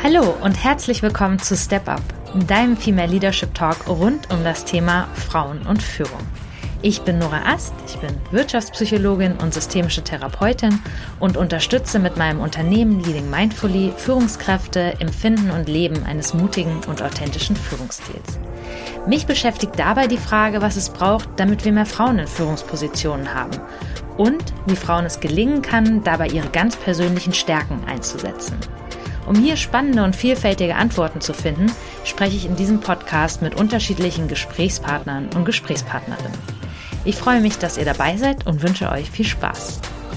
Hallo und herzlich willkommen zu Step Up, deinem Female Leadership Talk rund um das Thema Frauen und Führung. Ich bin Nora Ast, ich bin Wirtschaftspsychologin und systemische Therapeutin und unterstütze mit meinem Unternehmen Leading Mindfully Führungskräfte im Finden und Leben eines mutigen und authentischen Führungsstils. Mich beschäftigt dabei die Frage, was es braucht, damit wir mehr Frauen in Führungspositionen haben und wie Frauen es gelingen kann, dabei ihre ganz persönlichen Stärken einzusetzen. Um hier spannende und vielfältige Antworten zu finden, spreche ich in diesem Podcast mit unterschiedlichen Gesprächspartnern und Gesprächspartnerinnen. Ich freue mich, dass ihr dabei seid und wünsche euch viel Spaß.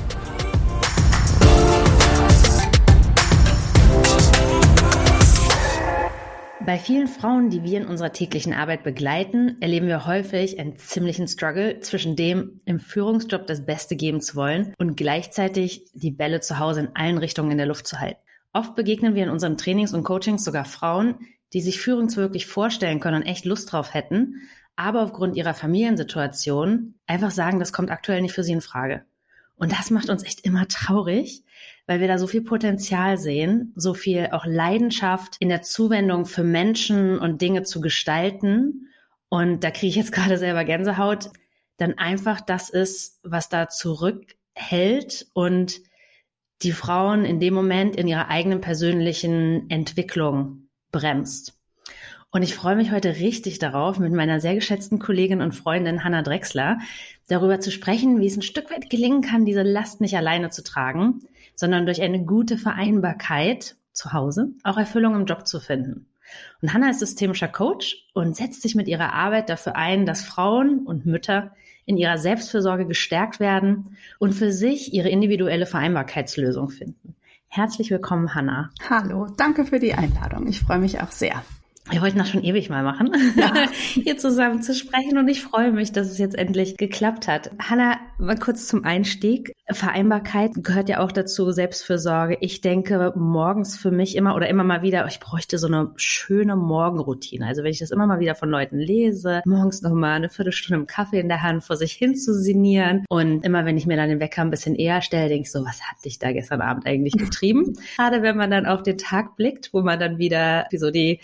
Bei vielen Frauen, die wir in unserer täglichen Arbeit begleiten, erleben wir häufig einen ziemlichen Struggle zwischen dem, im Führungsjob das Beste geben zu wollen und gleichzeitig die Bälle zu Hause in allen Richtungen in der Luft zu halten. Oft begegnen wir in unseren Trainings und Coachings sogar Frauen, die sich Führung wirklich vorstellen können und echt Lust drauf hätten, aber aufgrund ihrer Familiensituation einfach sagen, das kommt aktuell nicht für sie in Frage. Und das macht uns echt immer traurig, weil wir da so viel Potenzial sehen, so viel auch Leidenschaft in der Zuwendung für Menschen und Dinge zu gestalten. Und da kriege ich jetzt gerade selber Gänsehaut, dann einfach das ist, was da zurückhält und die Frauen in dem Moment in ihrer eigenen persönlichen Entwicklung bremst. Und ich freue mich heute richtig darauf, mit meiner sehr geschätzten Kollegin und Freundin Hannah Drechsler darüber zu sprechen, wie es ein Stück weit gelingen kann, diese Last nicht alleine zu tragen, sondern durch eine gute Vereinbarkeit zu Hause auch Erfüllung im Job zu finden. Und Hannah ist systemischer Coach und setzt sich mit ihrer Arbeit dafür ein, dass Frauen und Mütter in ihrer Selbstfürsorge gestärkt werden und für sich ihre individuelle Vereinbarkeitslösung finden. Herzlich willkommen, Hannah. Hallo, danke für die Einladung. Ich freue mich auch sehr. Wir wollten das schon ewig mal machen, ja. Hier zusammen zu sprechen und ich freue mich, dass es jetzt endlich geklappt hat. Hannah, mal kurz zum Einstieg. Vereinbarkeit gehört ja auch dazu, Selbstfürsorge. Ich denke morgens für mich immer mal wieder, ich bräuchte so eine schöne Morgenroutine. Also wenn ich das immer mal wieder von Leuten lese, morgens nochmal eine Viertelstunde im Kaffee in der Hand vor sich hin zu sinnieren und immer wenn ich mir dann den Wecker ein bisschen eher stelle, denke ich so, was hat dich da gestern Abend eigentlich getrieben? Gerade wenn man dann auf den Tag blickt, wo man dann wieder wie so die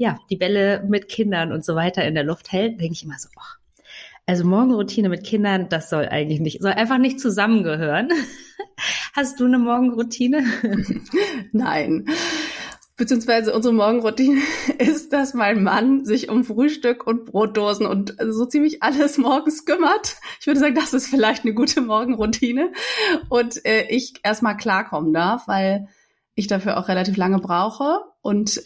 Bälle mit Kindern und so weiter in der Luft hält, denke ich immer so, also Morgenroutine mit Kindern, das soll einfach nicht zusammengehören. Hast du eine Morgenroutine? Nein. Beziehungsweise unsere Morgenroutine ist, dass mein Mann sich um Frühstück und Brotdosen und so ziemlich alles morgens kümmert. Ich würde sagen, das ist vielleicht eine gute Morgenroutine. Und ich erstmal klarkommen darf, weil ich dafür auch relativ lange brauche und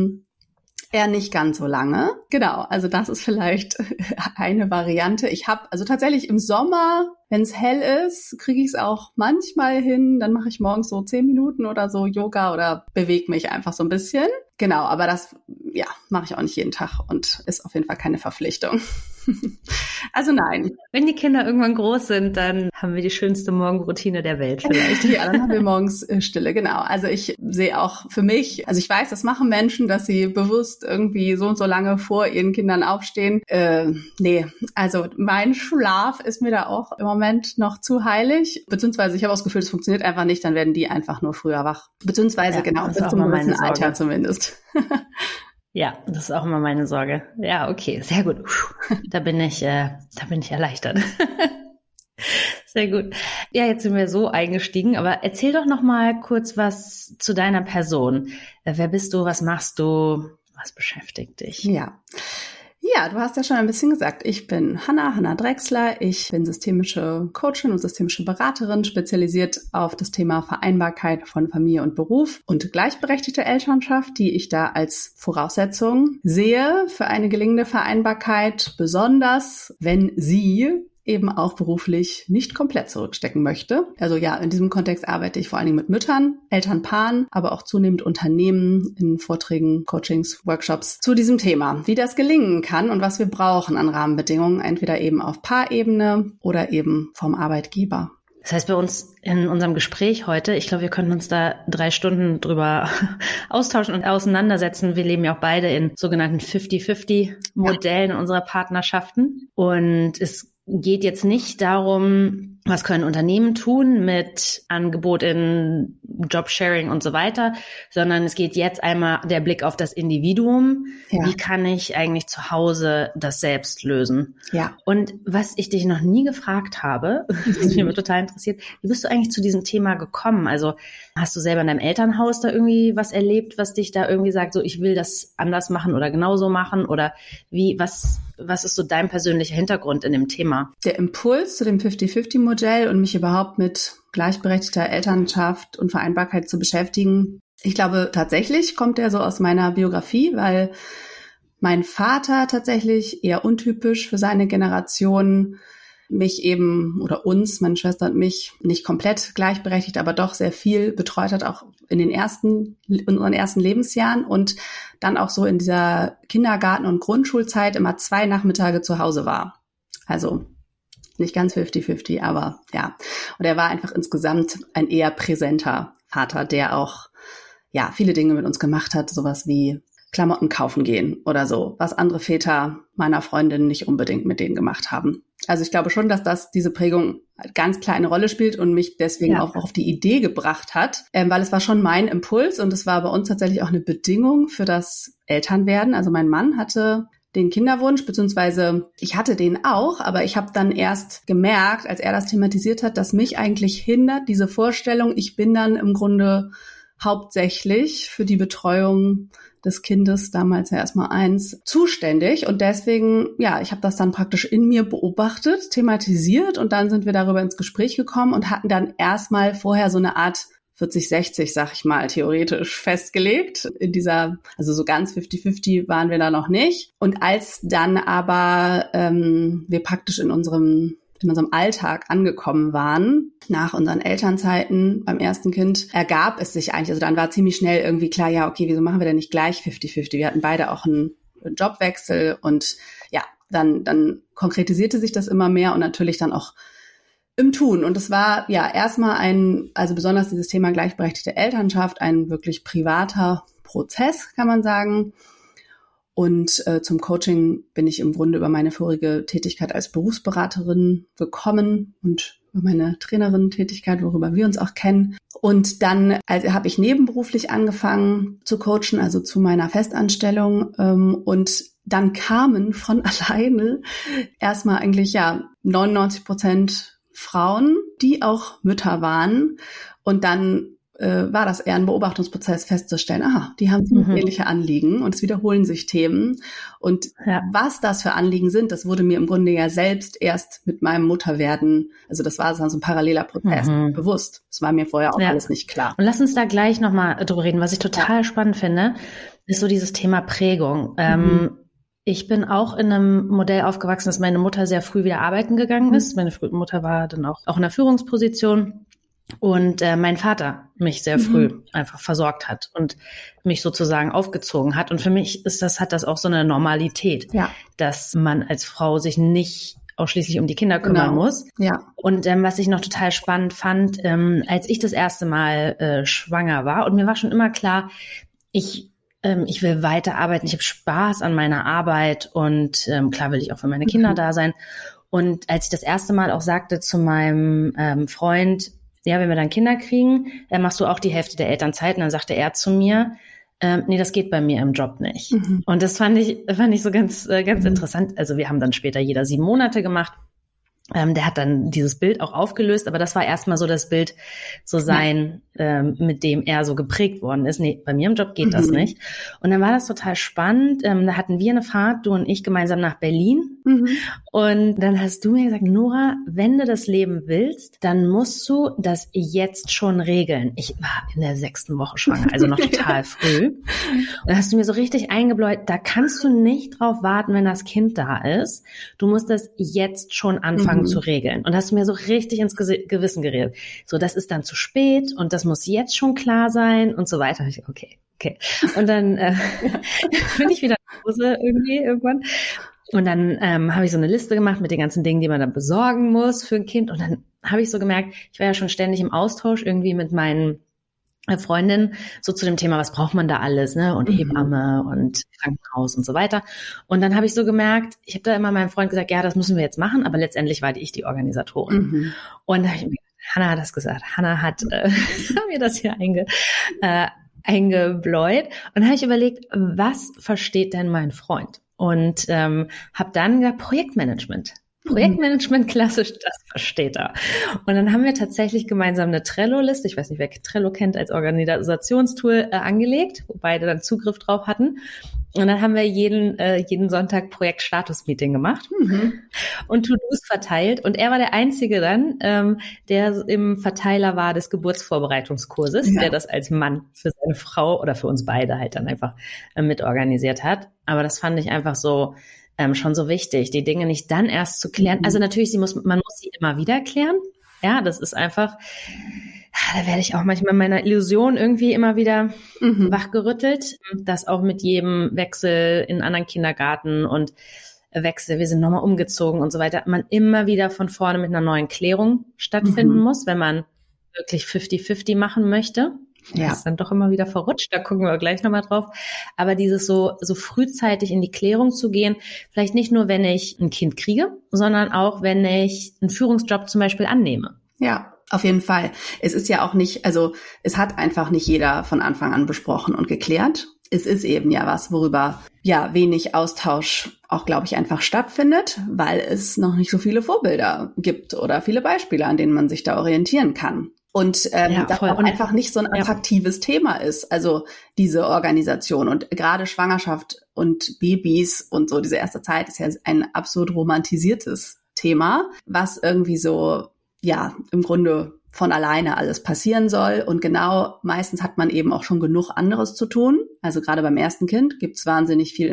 eher nicht ganz so lange. Genau, also das ist vielleicht eine Variante. Ich habe also tatsächlich im Sommer, wenn es hell ist, kriege ich es auch manchmal hin. Dann mache ich morgens so 10 Minuten oder so Yoga oder bewege mich einfach so ein bisschen. Genau, aber das mache ich auch nicht jeden Tag und ist auf jeden Fall keine Verpflichtung. Also nein. Wenn die Kinder irgendwann groß sind, dann haben wir die schönste Morgenroutine der Welt vielleicht. Ja, dann haben wir morgens Stille, genau. Also ich sehe auch für mich, also ich weiß, das machen Menschen, dass sie bewusst irgendwie so und so lange vor ihren Kindern aufstehen. Nee, also mein Schlaf ist mir da auch im Moment noch zu heilig. Beziehungsweise ich habe auch das Gefühl, es funktioniert einfach nicht, dann werden die einfach nur früher wach. Beziehungsweise genau, bis zum gewissen Alter zumindest. Ja, das ist auch immer meine Sorge. Ja, okay, sehr gut. Da bin ich erleichtert. Sehr gut. Ja, jetzt sind wir so eingestiegen, aber erzähl doch noch mal kurz was zu deiner Person. Wer bist du? Was machst du? Was beschäftigt dich? Ja, du hast ja schon ein bisschen gesagt, ich bin Hannah Drechsler. Ich bin systemische Coachin und systemische Beraterin, spezialisiert auf das Thema Vereinbarkeit von Familie und Beruf und gleichberechtigte Elternschaft, die ich da als Voraussetzung sehe für eine gelingende Vereinbarkeit, besonders wenn sie eben auch beruflich nicht komplett zurückstecken möchte. Also ja, in diesem Kontext arbeite ich vor allen Dingen mit Müttern, Elternpaaren, aber auch zunehmend Unternehmen in Vorträgen, Coachings, Workshops zu diesem Thema, wie das gelingen kann und was wir brauchen an Rahmenbedingungen, entweder eben auf Paarebene oder eben vom Arbeitgeber. Das heißt, bei uns in unserem Gespräch heute, ich glaube, wir können uns da 3 Stunden drüber austauschen und auseinandersetzen. Wir leben ja auch beide in sogenannten 50-50-Modellen in unserer Partnerschaften. Und es geht jetzt nicht darum, was können Unternehmen tun mit Angebot in Jobsharing und so weiter, sondern es geht jetzt einmal der Blick auf das Individuum. Ja. Wie kann ich eigentlich zu Hause das selbst lösen? Ja. Und was ich dich noch nie gefragt habe, was mich total interessiert, wie bist du eigentlich zu diesem Thema gekommen? Also hast du selber in deinem Elternhaus da irgendwie was erlebt, was dich da irgendwie sagt, so ich will das anders machen oder genauso machen? Oder was ist so dein persönlicher Hintergrund in dem Thema? Der Impuls zu dem 50-50-Modell und mich überhaupt mit gleichberechtigter Elternschaft und Vereinbarkeit zu beschäftigen, ich glaube tatsächlich kommt der so aus meiner Biografie, weil mein Vater tatsächlich eher untypisch für seine Generation mich eben oder uns, meine Schwester und mich, nicht komplett gleichberechtigt, aber doch sehr viel betreut hat, auch in unseren ersten Lebensjahren und dann auch so in dieser Kindergarten- und Grundschulzeit immer 2 Nachmittage zu Hause war. Also nicht ganz 50-50, aber ja. Und er war einfach insgesamt ein eher präsenter Vater, der auch ja viele Dinge mit uns gemacht hat, sowas wie Klamotten kaufen gehen oder so, was andere Väter meiner Freundin nicht unbedingt mit denen gemacht haben. Also ich glaube schon, dass diese Prägung ganz klar eine Rolle spielt und mich deswegen auch auf die Idee gebracht hat, weil es war schon mein Impuls und es war bei uns tatsächlich auch eine Bedingung für das Elternwerden. Also mein Mann hatte den Kinderwunsch, beziehungsweise ich hatte den auch, aber ich habe dann erst gemerkt, als er das thematisiert hat, dass mich eigentlich hindert, diese Vorstellung, ich bin dann im Grunde hauptsächlich für die Betreuung des Kindes, damals ja erstmal 1, zuständig. Und deswegen, ja, ich habe das dann praktisch in mir beobachtet, thematisiert und dann sind wir darüber ins Gespräch gekommen und hatten dann erstmal vorher so eine Art 40-60, sag ich mal, theoretisch festgelegt. Also so ganz 50-50 waren wir da noch nicht. Und als dann aber wir praktisch in unserem Alltag angekommen waren, nach unseren Elternzeiten beim ersten Kind, ergab es sich eigentlich, also dann war ziemlich schnell irgendwie klar, ja, okay, wieso machen wir denn nicht gleich 50-50? Wir hatten beide auch einen Jobwechsel und ja, dann konkretisierte sich das immer mehr und natürlich dann auch im Tun. Und es war ja erstmal also besonders dieses Thema gleichberechtigte Elternschaft, ein wirklich privater Prozess, kann man sagen. Und zum Coaching bin ich im Grunde über meine vorige Tätigkeit als Berufsberaterin gekommen und über meine Trainerin-Tätigkeit, worüber wir uns auch kennen. Und dann habe ich nebenberuflich angefangen zu coachen, also zu meiner Festanstellung. Und dann kamen von alleine erstmal eigentlich 99% Frauen, die auch Mütter waren. Und dann war das eher ein Beobachtungsprozess festzustellen, die haben ähnliche Anliegen und es wiederholen sich Themen. Und was das für Anliegen sind, das wurde mir im Grunde ja selbst erst mit meinem Mutterwerden, also das war so ein paralleler Prozess, bewusst. Das war mir vorher auch alles nicht klar. Und lass uns da gleich nochmal drüber reden. Was ich total spannend finde, ist so dieses Thema Prägung. Ich bin auch in einem Modell aufgewachsen, dass meine Mutter sehr früh wieder arbeiten gegangen ist. Meine Mutter war dann auch in einer Führungsposition. Und mein Vater mich sehr früh einfach versorgt hat und mich sozusagen aufgezogen hat. Und für mich hat das auch so eine Normalität, dass man als Frau sich nicht ausschließlich um die Kinder kümmern muss. Ja. Und was ich noch total spannend fand, als ich das erste Mal schwanger war, und mir war schon immer klar, ich will weiter arbeiten, ich habe Spaß an meiner Arbeit und klar will ich auch für meine Kinder da sein. Und als ich das erste Mal auch sagte zu meinem Freund, ja, wenn wir dann Kinder kriegen, machst du auch die Hälfte der Elternzeit. Und dann sagte er zu mir, nee, das geht bei mir im Job nicht. Und das fand ich so ganz interessant. Also wir haben dann später jeder 7 Monate gemacht. Der hat dann dieses Bild auch aufgelöst, aber das war erstmal so das Bild, so sein, mit dem er so geprägt worden ist. Nee, bei mir im Job geht das nicht. Und dann war das total spannend. Da hatten wir eine Fahrt, du und ich gemeinsam nach Berlin. Und dann hast du mir gesagt, Nora, wenn du das Leben willst, dann musst du das jetzt schon regeln. Ich war in der 6. Woche schwanger, also noch total früh. Und dann hast du mir so richtig eingebläut, da kannst du nicht drauf warten, wenn das Kind da ist. Du musst das jetzt schon anfangen zu regeln. Und hast du mir so richtig ins Gewissen geredet. So, das ist dann zu spät und das muss jetzt schon klar sein und so weiter. Und ich, okay. Und dann bin ich wieder nach Hause irgendwann. Und dann habe ich so eine Liste gemacht mit den ganzen Dingen, die man dann besorgen muss für ein Kind. Und dann habe ich so gemerkt, ich war ja schon ständig im Austausch irgendwie mit meinen Freundin so zu dem Thema, was braucht man da alles, ne? Und Hebamme und Krankenhaus und so weiter. Und dann habe ich so gemerkt, ich habe da immer meinem Freund gesagt, ja, das müssen wir jetzt machen, aber letztendlich war ich die Organisatorin. Und da habe ich mir gedacht, Hannah hat das gesagt. Hannah hat mir das hier eingebläut. Und da habe ich überlegt, was versteht denn mein Freund? Und habe dann gesagt, Projektmanagement. Projektmanagement klassisch, das versteht er. Und dann haben wir tatsächlich gemeinsam eine Trello-Liste, ich weiß nicht, wer Trello kennt, als Organisationstool angelegt, wo beide dann Zugriff drauf hatten. Und dann haben wir jeden Sonntag Projekt-Status-Meeting gemacht und To-Dos verteilt. Und er war der Einzige dann, der im Verteiler war des Geburtsvorbereitungskurses, der das als Mann für seine Frau oder für uns beide halt dann einfach mitorganisiert hat. Aber das fand ich einfach so schon so wichtig, die Dinge nicht dann erst zu klären. Also natürlich, man muss sie immer wieder klären. Ja, das ist einfach, da werde ich auch manchmal meiner Illusion irgendwie immer wieder wachgerüttelt, dass auch mit jedem Wechsel in einen anderen Kindergarten und Wechsel, wir sind nochmal umgezogen und so weiter, man immer wieder von vorne mit einer neuen Klärung stattfinden muss, wenn man wirklich 50-50 machen möchte. Ja. Das ist dann doch immer wieder verrutscht, da gucken wir gleich nochmal drauf. Aber dieses so frühzeitig in die Klärung zu gehen, vielleicht nicht nur, wenn ich ein Kind kriege, sondern auch, wenn ich einen Führungsjob zum Beispiel annehme. Ja, auf jeden Fall. Es ist ja auch nicht, also es hat einfach nicht jeder von Anfang an besprochen und geklärt. Es ist eben ja was, worüber ja wenig Austausch auch, glaube ich, einfach stattfindet, weil es noch nicht so viele Vorbilder gibt oder viele Beispiele, an denen man sich da orientieren kann. Und das auch einfach nicht so ein attraktives Thema ist, also diese Organisation. Und gerade Schwangerschaft und Babys und so diese erste Zeit ist ja ein absolut romantisiertes Thema, was irgendwie so, ja, im Grunde von alleine alles passieren soll. Und genau, meistens hat man eben auch schon genug anderes zu tun. Also gerade beim ersten Kind gibt es wahnsinnig viel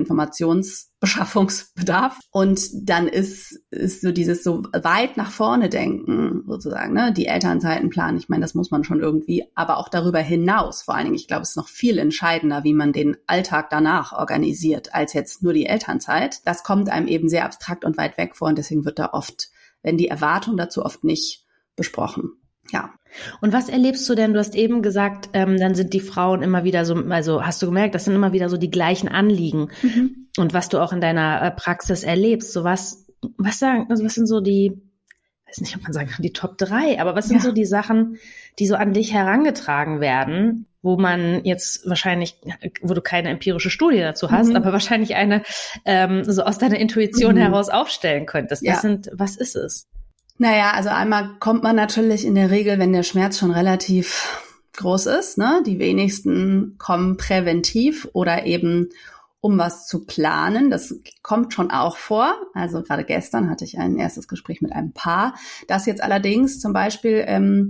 Informationsbeschaffungsbedarf. Und dann ist so dieses so weit nach vorne denken, sozusagen, ne? Die Elternzeiten planen. Ich meine, das muss man schon irgendwie, aber auch darüber hinaus. Vor allen Dingen, ich glaube, es ist noch viel entscheidender, wie man den Alltag danach organisiert, als jetzt nur die Elternzeit. Das kommt einem eben sehr abstrakt und weit weg vor. Und deswegen wird da oft, wenn die Erwartung dazu oft nicht besprochen. Ja. Und was erlebst du denn? Du hast eben gesagt, dann sind die Frauen immer wieder so, also hast du gemerkt, das sind immer wieder so die gleichen Anliegen. Und was du auch in deiner Praxis erlebst, so was sind so die, weiß nicht, ob man sagen kann, die Top 3, aber was sind so die Sachen, die so an dich herangetragen werden, wo man jetzt wahrscheinlich, wo du keine empirische Studie dazu hast, aber wahrscheinlich eine so aus deiner Intuition heraus aufstellen könntest. Was ist es? Naja, also einmal kommt man natürlich in der Regel, wenn der Schmerz schon relativ groß ist, ne? Die wenigsten kommen präventiv oder eben um was zu planen. Das kommt schon auch vor. Also gerade gestern hatte ich ein erstes Gespräch mit einem Paar, das jetzt allerdings zum Beispiel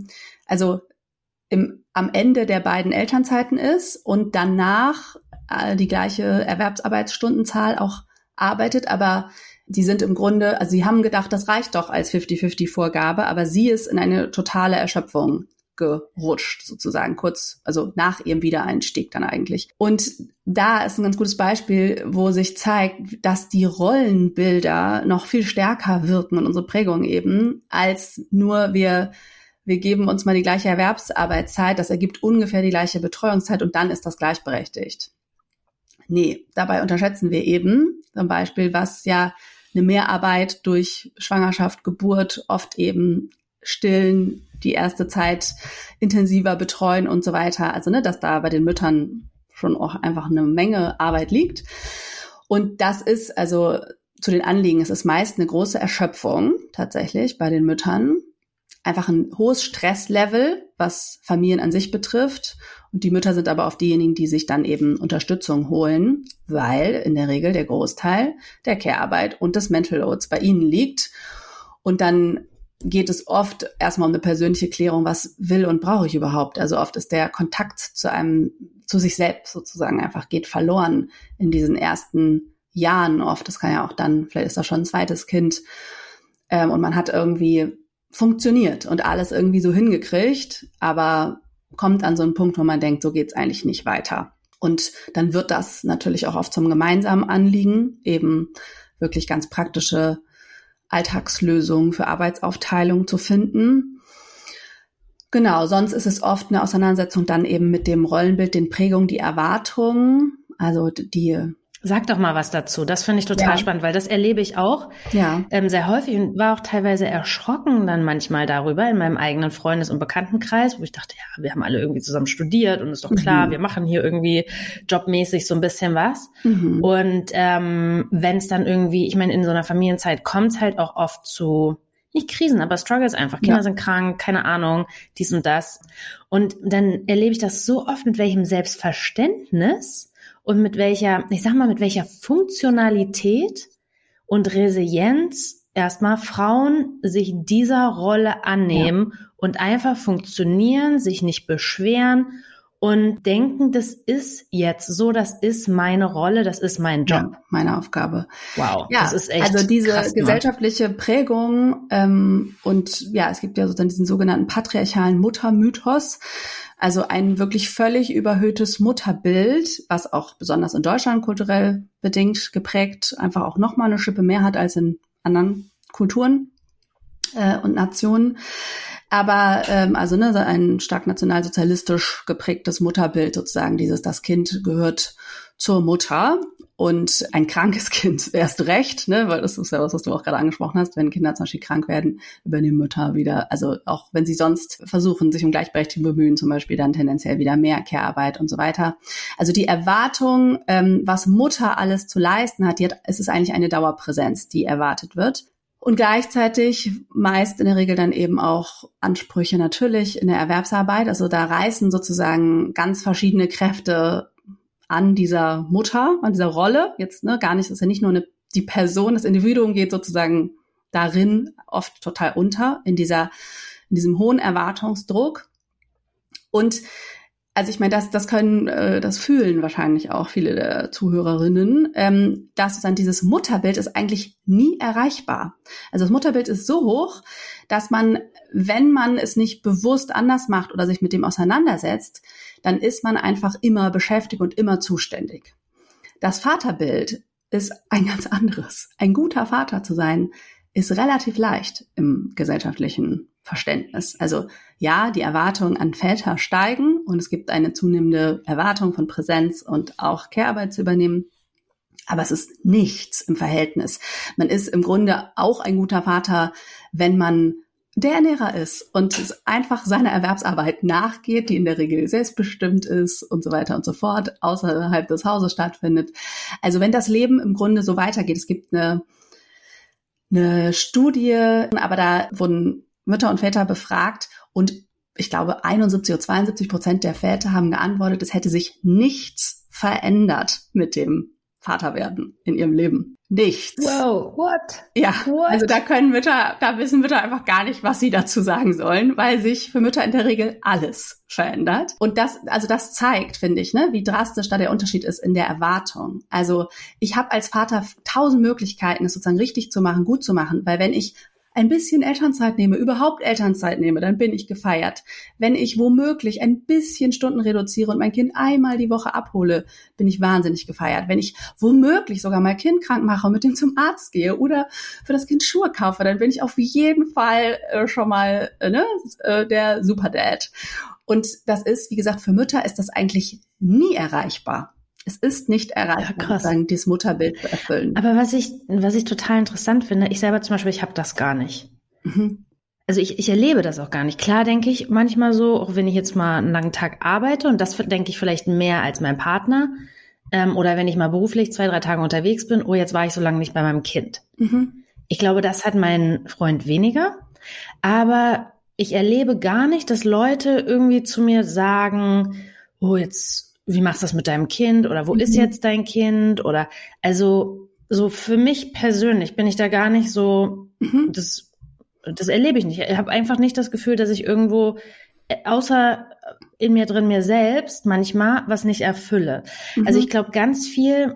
am Ende der beiden Elternzeiten ist und danach die gleiche Erwerbsarbeitsstundenzahl auch arbeitet, aber die sind im Grunde, also sie haben gedacht, das reicht doch als 50-50-Vorgabe, aber sie ist in eine totale Erschöpfung gerutscht, sozusagen, kurz, also nach ihrem Wiedereinstieg dann eigentlich. Und da ist ein ganz gutes Beispiel, wo sich zeigt, dass die Rollenbilder noch viel stärker wirken und unsere Prägung eben, als nur wir geben uns mal die gleiche Erwerbsarbeitszeit, das ergibt ungefähr die gleiche Betreuungszeit und dann ist das gleichberechtigt. Nee, dabei unterschätzen wir eben zum Beispiel, was ja eine Mehrarbeit durch Schwangerschaft, Geburt, oft eben stillen, die erste Zeit intensiver betreuen und so weiter. Also dass da bei den Müttern schon auch einfach eine Menge Arbeit liegt. Und das ist also zu den Anliegen, es ist meist eine große Erschöpfung tatsächlich bei den Müttern. Einfach ein hohes Stresslevel, was Familien an sich betrifft. Und die Mütter sind aber auch diejenigen, die sich dann eben Unterstützung holen, weil in der Regel der Großteil der Care-Arbeit und des Mental Loads bei ihnen liegt. Und dann geht es oft erstmal um eine persönliche Klärung, was will und brauche ich überhaupt. Also oft ist der Kontakt zu sich selbst sozusagen einfach geht verloren in diesen ersten Jahren oft. Das kann ja auch dann, vielleicht ist das schon ein zweites Kind. Und man hat irgendwie funktioniert und alles irgendwie so hingekriegt, aber kommt an so einen Punkt, wo man denkt, so geht's eigentlich nicht weiter. Und dann wird das natürlich auch oft zum gemeinsamen Anliegen, eben wirklich ganz praktische Alltagslösungen für Arbeitsaufteilung zu finden. Genau, sonst ist es oft eine Auseinandersetzung dann eben mit dem Rollenbild, den Prägungen, die Erwartungen, also die. Sag doch mal was dazu. Das finde ich total spannend, weil das erlebe ich auch sehr häufig und war auch teilweise erschrocken dann manchmal darüber in meinem eigenen Freundes- und Bekanntenkreis, wo ich dachte, ja, wir haben alle irgendwie zusammen studiert und ist doch klar, wir machen hier irgendwie jobmäßig so ein bisschen was. Und wenn es dann irgendwie, ich meine, in so einer Familienzeit kommt es halt auch oft zu nicht Krisen, aber Struggles einfach. Kinder sind krank, keine Ahnung, dies und das. Und dann erlebe ich das so oft, mit welchem Selbstverständnis und mit welcher Funktionalität und Resilienz erstmal Frauen sich dieser Rolle annehmen und einfach funktionieren, sich nicht beschweren und denken, das ist jetzt so, das ist meine Rolle, das ist mein Job. Ja, meine Aufgabe. Wow, ja, das ist echt also diese krass gesellschaftliche Prägung und ja, es gibt ja sozusagen diesen sogenannten patriarchalen Muttermythos, also ein wirklich völlig überhöhtes Mutterbild, was auch besonders in Deutschland kulturell bedingt geprägt einfach auch nochmal eine Schippe mehr hat als in anderen Kulturen und Nationen. Aber ein stark nationalsozialistisch geprägtes Mutterbild sozusagen, das Kind gehört zur Mutter und ein krankes Kind erst recht, ne, weil das ist ja was du auch gerade angesprochen hast, wenn Kinder zum Beispiel krank werden, übernehmen Mütter wieder, also auch wenn sie sonst versuchen, sich um Gleichberechtigung bemühen, zum Beispiel dann tendenziell wieder mehr Care-Arbeit und so weiter. Also die Erwartung, was Mutter alles zu leisten hat, es ist eigentlich eine Dauerpräsenz, die erwartet wird. Und gleichzeitig meist in der Regel dann eben auch Ansprüche natürlich in der Erwerbsarbeit. Also da reißen sozusagen ganz verschiedene Kräfte an dieser Mutter, an dieser Rolle. Jetzt gar nicht, das ist ja nicht nur die Person, das Individuum geht sozusagen darin oft total unter, in diesem hohen Erwartungsdruck. Und also ich meine, das fühlen wahrscheinlich auch viele der Zuhörerinnen, dass dann dieses Mutterbild ist eigentlich nie erreichbar. Also das Mutterbild ist so hoch, dass man, wenn man es nicht bewusst anders macht oder sich mit dem auseinandersetzt, dann ist man einfach immer beschäftigt und immer zuständig. Das Vaterbild ist ein ganz anderes. Ein guter Vater zu sein, ist relativ leicht im gesellschaftlichen Verständnis. Also ja, die Erwartungen an Väter steigen und es gibt eine zunehmende Erwartung von Präsenz und auch Care-Arbeit zu übernehmen. Aber es ist nichts im Verhältnis. Man ist im Grunde auch ein guter Vater, wenn man der Ernährer ist und einfach seiner Erwerbsarbeit nachgeht, die in der Regel selbstbestimmt ist und so weiter und so fort, außerhalb des Hauses stattfindet. Also wenn das Leben im Grunde so weitergeht, es gibt eine Studie, aber da wurden Mütter und Väter befragt und ich glaube 71 oder 72% der Väter haben geantwortet, es hätte sich nichts verändert mit dem Vaterwerden in ihrem Leben. Nichts. Wow, what? Ja, what? Also da wissen Mütter einfach gar nicht, was sie dazu sagen sollen, weil sich für Mütter in der Regel alles verändert. Und das zeigt, finde ich, wie drastisch da der Unterschied ist in der Erwartung. Also ich habe als Vater 1000 Möglichkeiten, es sozusagen richtig zu machen, gut zu machen, weil wenn ich ein bisschen Elternzeit nehme, überhaupt Elternzeit nehme, dann bin ich gefeiert. Wenn ich womöglich ein bisschen Stunden reduziere und mein Kind einmal die Woche abhole, bin ich wahnsinnig gefeiert. Wenn ich womöglich sogar mein Kind krank mache und mit dem zum Arzt gehe oder für das Kind Schuhe kaufe, dann bin ich auf jeden Fall schon mal der Superdad. Und das ist, wie gesagt, für Mütter ist das eigentlich nie erreichbar. Es ist nicht erreichbar, sozusagen dieses Mutterbild zu erfüllen. Aber was ich total interessant finde, ich selber zum Beispiel, ich habe das gar nicht. Also ich erlebe das auch gar nicht. Klar denke ich manchmal so, auch wenn ich jetzt mal einen langen Tag arbeite und das denke ich vielleicht mehr als mein Partner oder wenn ich mal beruflich 2-3 Tage unterwegs bin, oh, jetzt war ich so lange nicht bei meinem Kind. Ich glaube, das hat mein Freund weniger, aber ich erlebe gar nicht, dass Leute irgendwie zu mir sagen, oh, jetzt wie machst du das mit deinem Kind oder wo ist jetzt dein Kind oder also so für mich persönlich bin ich da gar nicht so, das erlebe ich nicht. Ich habe einfach nicht das Gefühl, dass ich irgendwo außer in mir drin mir selbst manchmal was nicht erfülle. Also ich glaube ganz viel,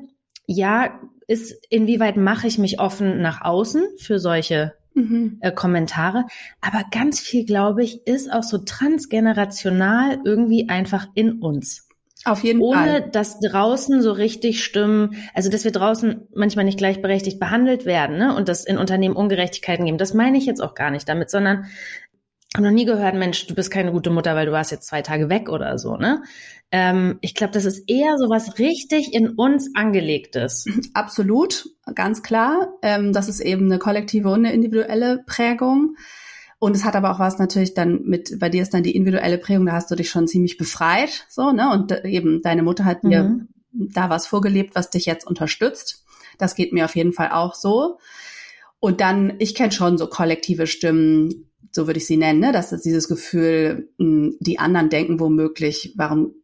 ist inwieweit mache ich mich offen nach außen für solche Kommentare, aber ganz viel, glaube ich, ist auch so transgenerational irgendwie einfach in uns. Auf jeden Fall. Ohne dass draußen so richtig stimmen, also dass wir draußen manchmal nicht gleichberechtigt behandelt werden, ne? Und dass in Unternehmen Ungerechtigkeiten geben. Das meine ich jetzt auch gar nicht damit, sondern habe noch nie gehört, Mensch, du bist keine gute Mutter, weil du warst jetzt 2 Tage weg oder so, ne? Ich glaube, das ist eher so was richtig in uns angelegtes. Absolut, ganz klar. Das ist eben eine kollektive und eine individuelle Prägung. Und es hat aber auch was natürlich dann bei dir ist dann die individuelle Prägung, da hast du dich schon ziemlich befreit, so, ne? Und eben deine Mutter hat dir da was vorgelebt, was dich jetzt unterstützt. Das geht mir auf jeden Fall auch so. Und dann, ich kenne schon so kollektive Stimmen, so würde ich sie nennen, ne? Das ist dieses Gefühl, die anderen denken womöglich,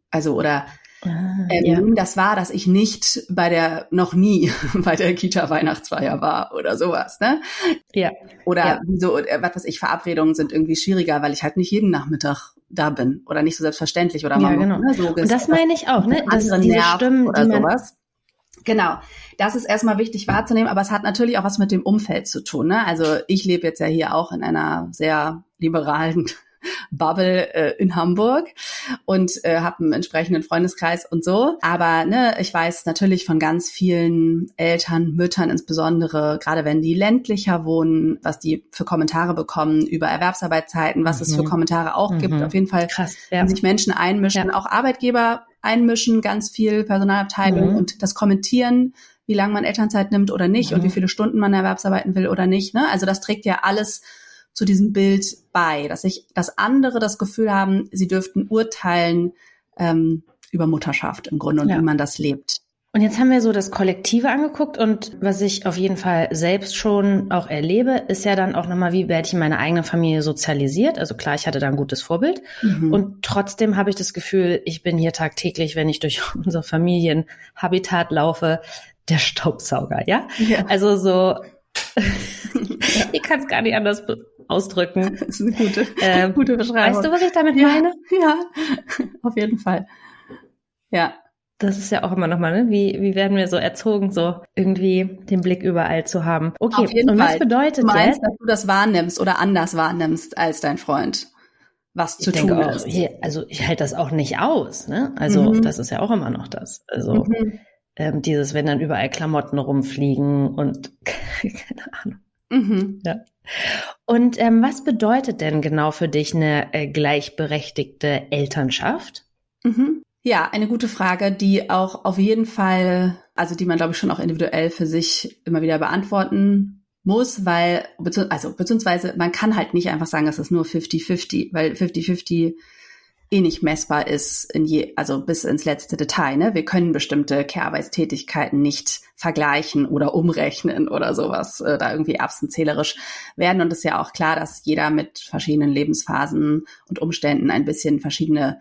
das war, dass ich noch nie bei der Kita-Weihnachtsfeier war oder sowas, ne? Ja. Oder was weiß ich, Verabredungen sind irgendwie schwieriger, weil ich halt nicht jeden Nachmittag da bin oder nicht so selbstverständlich oder ja, genau. Ne, so und das meine ich auch, ne? Dass diese Stimmen oder sowas. Genau, das ist erstmal wichtig wahrzunehmen, aber es hat natürlich auch was mit dem Umfeld zu tun, ne? Also ich lebe jetzt ja hier auch in einer sehr liberalen Bubble in Hamburg und habe einen entsprechenden Freundeskreis und so. Aber ne, ich weiß natürlich von ganz vielen Eltern, Müttern insbesondere, gerade wenn die ländlicher wohnen, was die für Kommentare bekommen über Erwerbsarbeitszeiten, was es für Kommentare auch gibt. Auf jeden Fall, krass, wenn sich Menschen einmischen, auch Arbeitgeber einmischen, ganz viel Personalabteilung und das Kommentieren, wie lange man Elternzeit nimmt oder nicht und wie viele Stunden man erwerbsarbeiten will oder nicht. Ne? Also das trägt ja alles zu diesem Bild bei, dass andere das Gefühl haben, sie dürften urteilen über Mutterschaft im Grunde und wie man das lebt. Und jetzt haben wir so das Kollektive angeguckt und was ich auf jeden Fall selbst schon auch erlebe, ist ja dann auch nochmal, wie werde ich in meiner eigenen Familie sozialisiert? Also klar, ich hatte da ein gutes Vorbild und trotzdem habe ich das Gefühl, ich bin hier tagtäglich, wenn ich durch unser Familienhabitat laufe, der Staubsauger, ja? Also so, ich kann es gar nicht anders ausdrücken. Das ist eine gute Beschreibung. Weißt du, was ich damit meine? Ja, auf jeden Fall. Ja. Das ist ja auch immer nochmal, ne? Wie werden wir so erzogen, so irgendwie den Blick überall zu haben. Okay, auf jeden und Fall. Was bedeutet du meinst, jetzt, dass du das wahrnimmst oder anders wahrnimmst als dein Freund, was zu tun ist? Also ich halte das auch nicht aus, ne? Also das ist ja auch immer noch das. Also dieses, wenn dann überall Klamotten rumfliegen und keine Ahnung. Ja. Und was bedeutet denn genau für dich eine gleichberechtigte Elternschaft? Ja, eine gute Frage, die auch auf jeden Fall, also die man, glaube ich, schon auch individuell für sich immer wieder beantworten muss, beziehungsweise man kann halt nicht einfach sagen, es ist nur 50-50, weil 50-50 nicht messbar ist also bis ins letzte Detail. Ne? Wir können bestimmte Care-Arbeitstätigkeiten nicht vergleichen oder umrechnen oder sowas, da irgendwie erbsenzählerisch werden. Und es ist ja auch klar, dass jeder mit verschiedenen Lebensphasen und Umständen ein bisschen verschiedene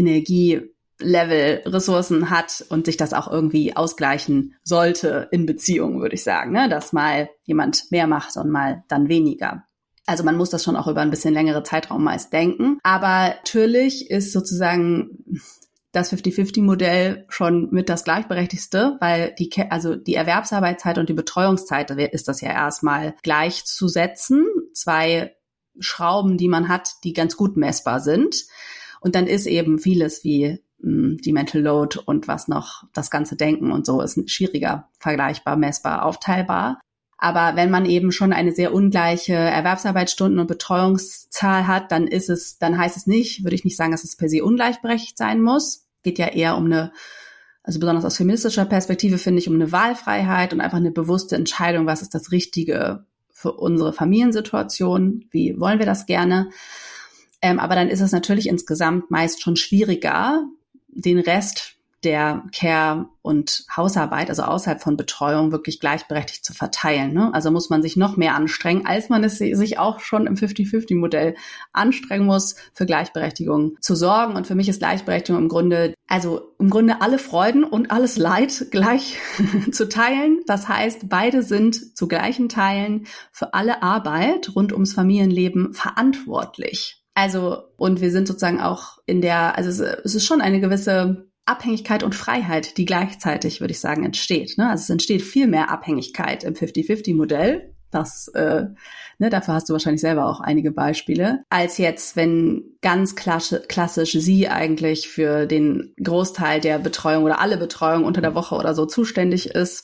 Energielevel, Ressourcen hat und sich das auch irgendwie ausgleichen sollte in Beziehungen, würde ich sagen, ne? Dass mal jemand mehr macht und mal dann weniger. Also man muss das schon auch über ein bisschen längere Zeitraum meist denken. Aber natürlich ist sozusagen das 50-50-Modell schon mit das gleichberechtigste, weil die Erwerbsarbeitszeit und die Betreuungszeit ist das ja erstmal gleichzusetzen. 2 Schrauben, die man hat, die ganz gut messbar sind. Und dann ist eben vieles wie die Mental Load und was noch, das ganze Denken und so ist schwieriger vergleichbar, messbar, aufteilbar. Aber wenn man eben schon eine sehr ungleiche Erwerbsarbeitsstunden- und Betreuungszahl hat, dann heißt es nicht, würde ich nicht sagen, dass es per se ungleichberechtigt sein muss. Geht ja eher um also besonders aus feministischer Perspektive finde ich, um eine Wahlfreiheit und einfach eine bewusste Entscheidung, was ist das Richtige für unsere Familiensituation, wie wollen wir das gerne. Aber dann ist es natürlich insgesamt meist schon schwieriger, den Rest der Care- und Hausarbeit, also außerhalb von Betreuung, wirklich gleichberechtigt zu verteilen. Ne? Also muss man sich noch mehr anstrengen, als man es sich auch schon im 50-50-Modell anstrengen muss, für Gleichberechtigung zu sorgen. Und für mich ist Gleichberechtigung im Grunde alle Freuden und alles Leid gleich zu teilen. Das heißt, beide sind zu gleichen Teilen für alle Arbeit rund ums Familienleben verantwortlich. Also, und wir sind sozusagen auch es ist schon eine gewisse Abhängigkeit und Freiheit, die gleichzeitig, würde ich sagen, entsteht. Ne? Also es entsteht viel mehr Abhängigkeit im 50-50-Modell. Das, dafür hast du wahrscheinlich selber auch einige Beispiele, als jetzt, wenn ganz klassisch sie eigentlich für den Großteil der Betreuung oder alle Betreuung unter der Woche oder so zuständig ist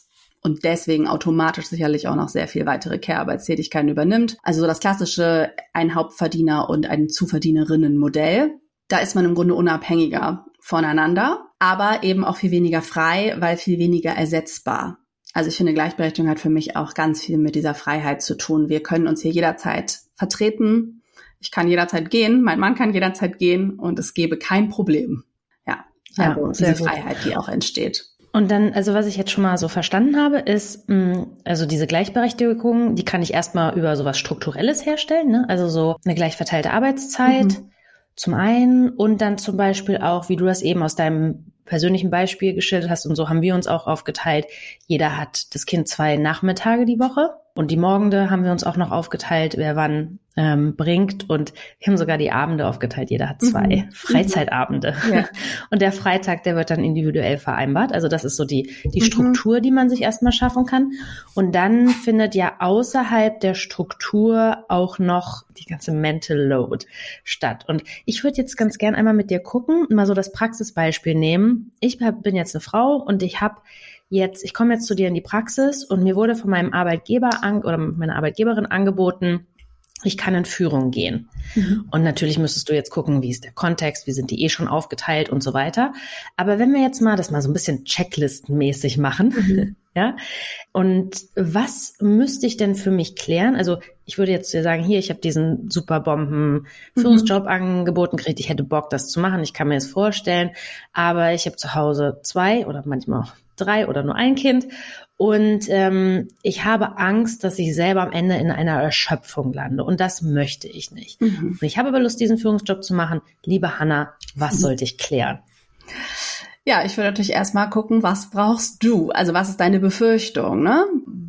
und deswegen automatisch sicherlich auch noch sehr viel weitere Care-Arbeitstätigkeiten übernimmt. Also so das klassische ein Hauptverdiener- und ein Zuverdienerinnen-Modell. Da ist man im Grunde unabhängiger voneinander, aber eben auch viel weniger frei, weil viel weniger ersetzbar. Also ich finde, Gleichberechtigung hat für mich auch ganz viel mit dieser Freiheit zu tun. Wir können uns hier jederzeit vertreten. Ich kann jederzeit gehen, mein Mann kann jederzeit gehen und es gäbe kein Problem. Ja, also diese Freiheit, die auch entsteht. Und dann, also was ich jetzt schon mal so verstanden habe, ist, also diese Gleichberechtigung, die kann ich erstmal über sowas Strukturelles herstellen, ne? Also so eine gleich verteilte Arbeitszeit zum einen und dann zum Beispiel auch, wie du das eben aus deinem persönlichen Beispiel geschildert hast und so haben wir uns auch aufgeteilt. Jeder hat das Kind 2 Nachmittage die Woche und die Morgende haben wir uns auch noch aufgeteilt, wer wann bringt und wir haben sogar die Abende aufgeteilt. Jeder hat 2 Freizeitabende. Ja. Und der Freitag, der wird dann individuell vereinbart. Also das ist so die Struktur, die man sich erstmal schaffen kann. Und dann findet ja außerhalb der Struktur auch noch die ganze Mental Load statt. Und ich würde jetzt ganz gern einmal mit dir gucken und mal so das Praxisbeispiel nehmen. Ich bin jetzt eine Frau und ich komme jetzt zu dir in die Praxis und mir wurde von meinem Arbeitgeber oder meiner Arbeitgeberin angeboten, ich kann in Führung gehen. Und natürlich müsstest du jetzt gucken, wie ist der Kontext, wie sind die schon aufgeteilt und so weiter. Aber wenn wir jetzt mal das mal so ein bisschen checklistenmäßig machen, ja, und was müsste ich denn für mich klären? Also ich würde jetzt dir sagen, hier, ich habe diesen super Bomben Führungsjob angeboten gekriegt, ich hätte Bock, das zu machen, ich kann mir das vorstellen, aber ich habe zu Hause 2 oder manchmal auch 3 oder nur ein Kind und ich habe Angst, dass ich selber am Ende in einer Erschöpfung lande und das möchte ich nicht. Und ich habe aber Lust, diesen Führungsjob zu machen. Liebe Hannah, was sollte ich klären? Ja, ich würde natürlich erstmal gucken, was brauchst du? Also was ist deine Befürchtung, ne?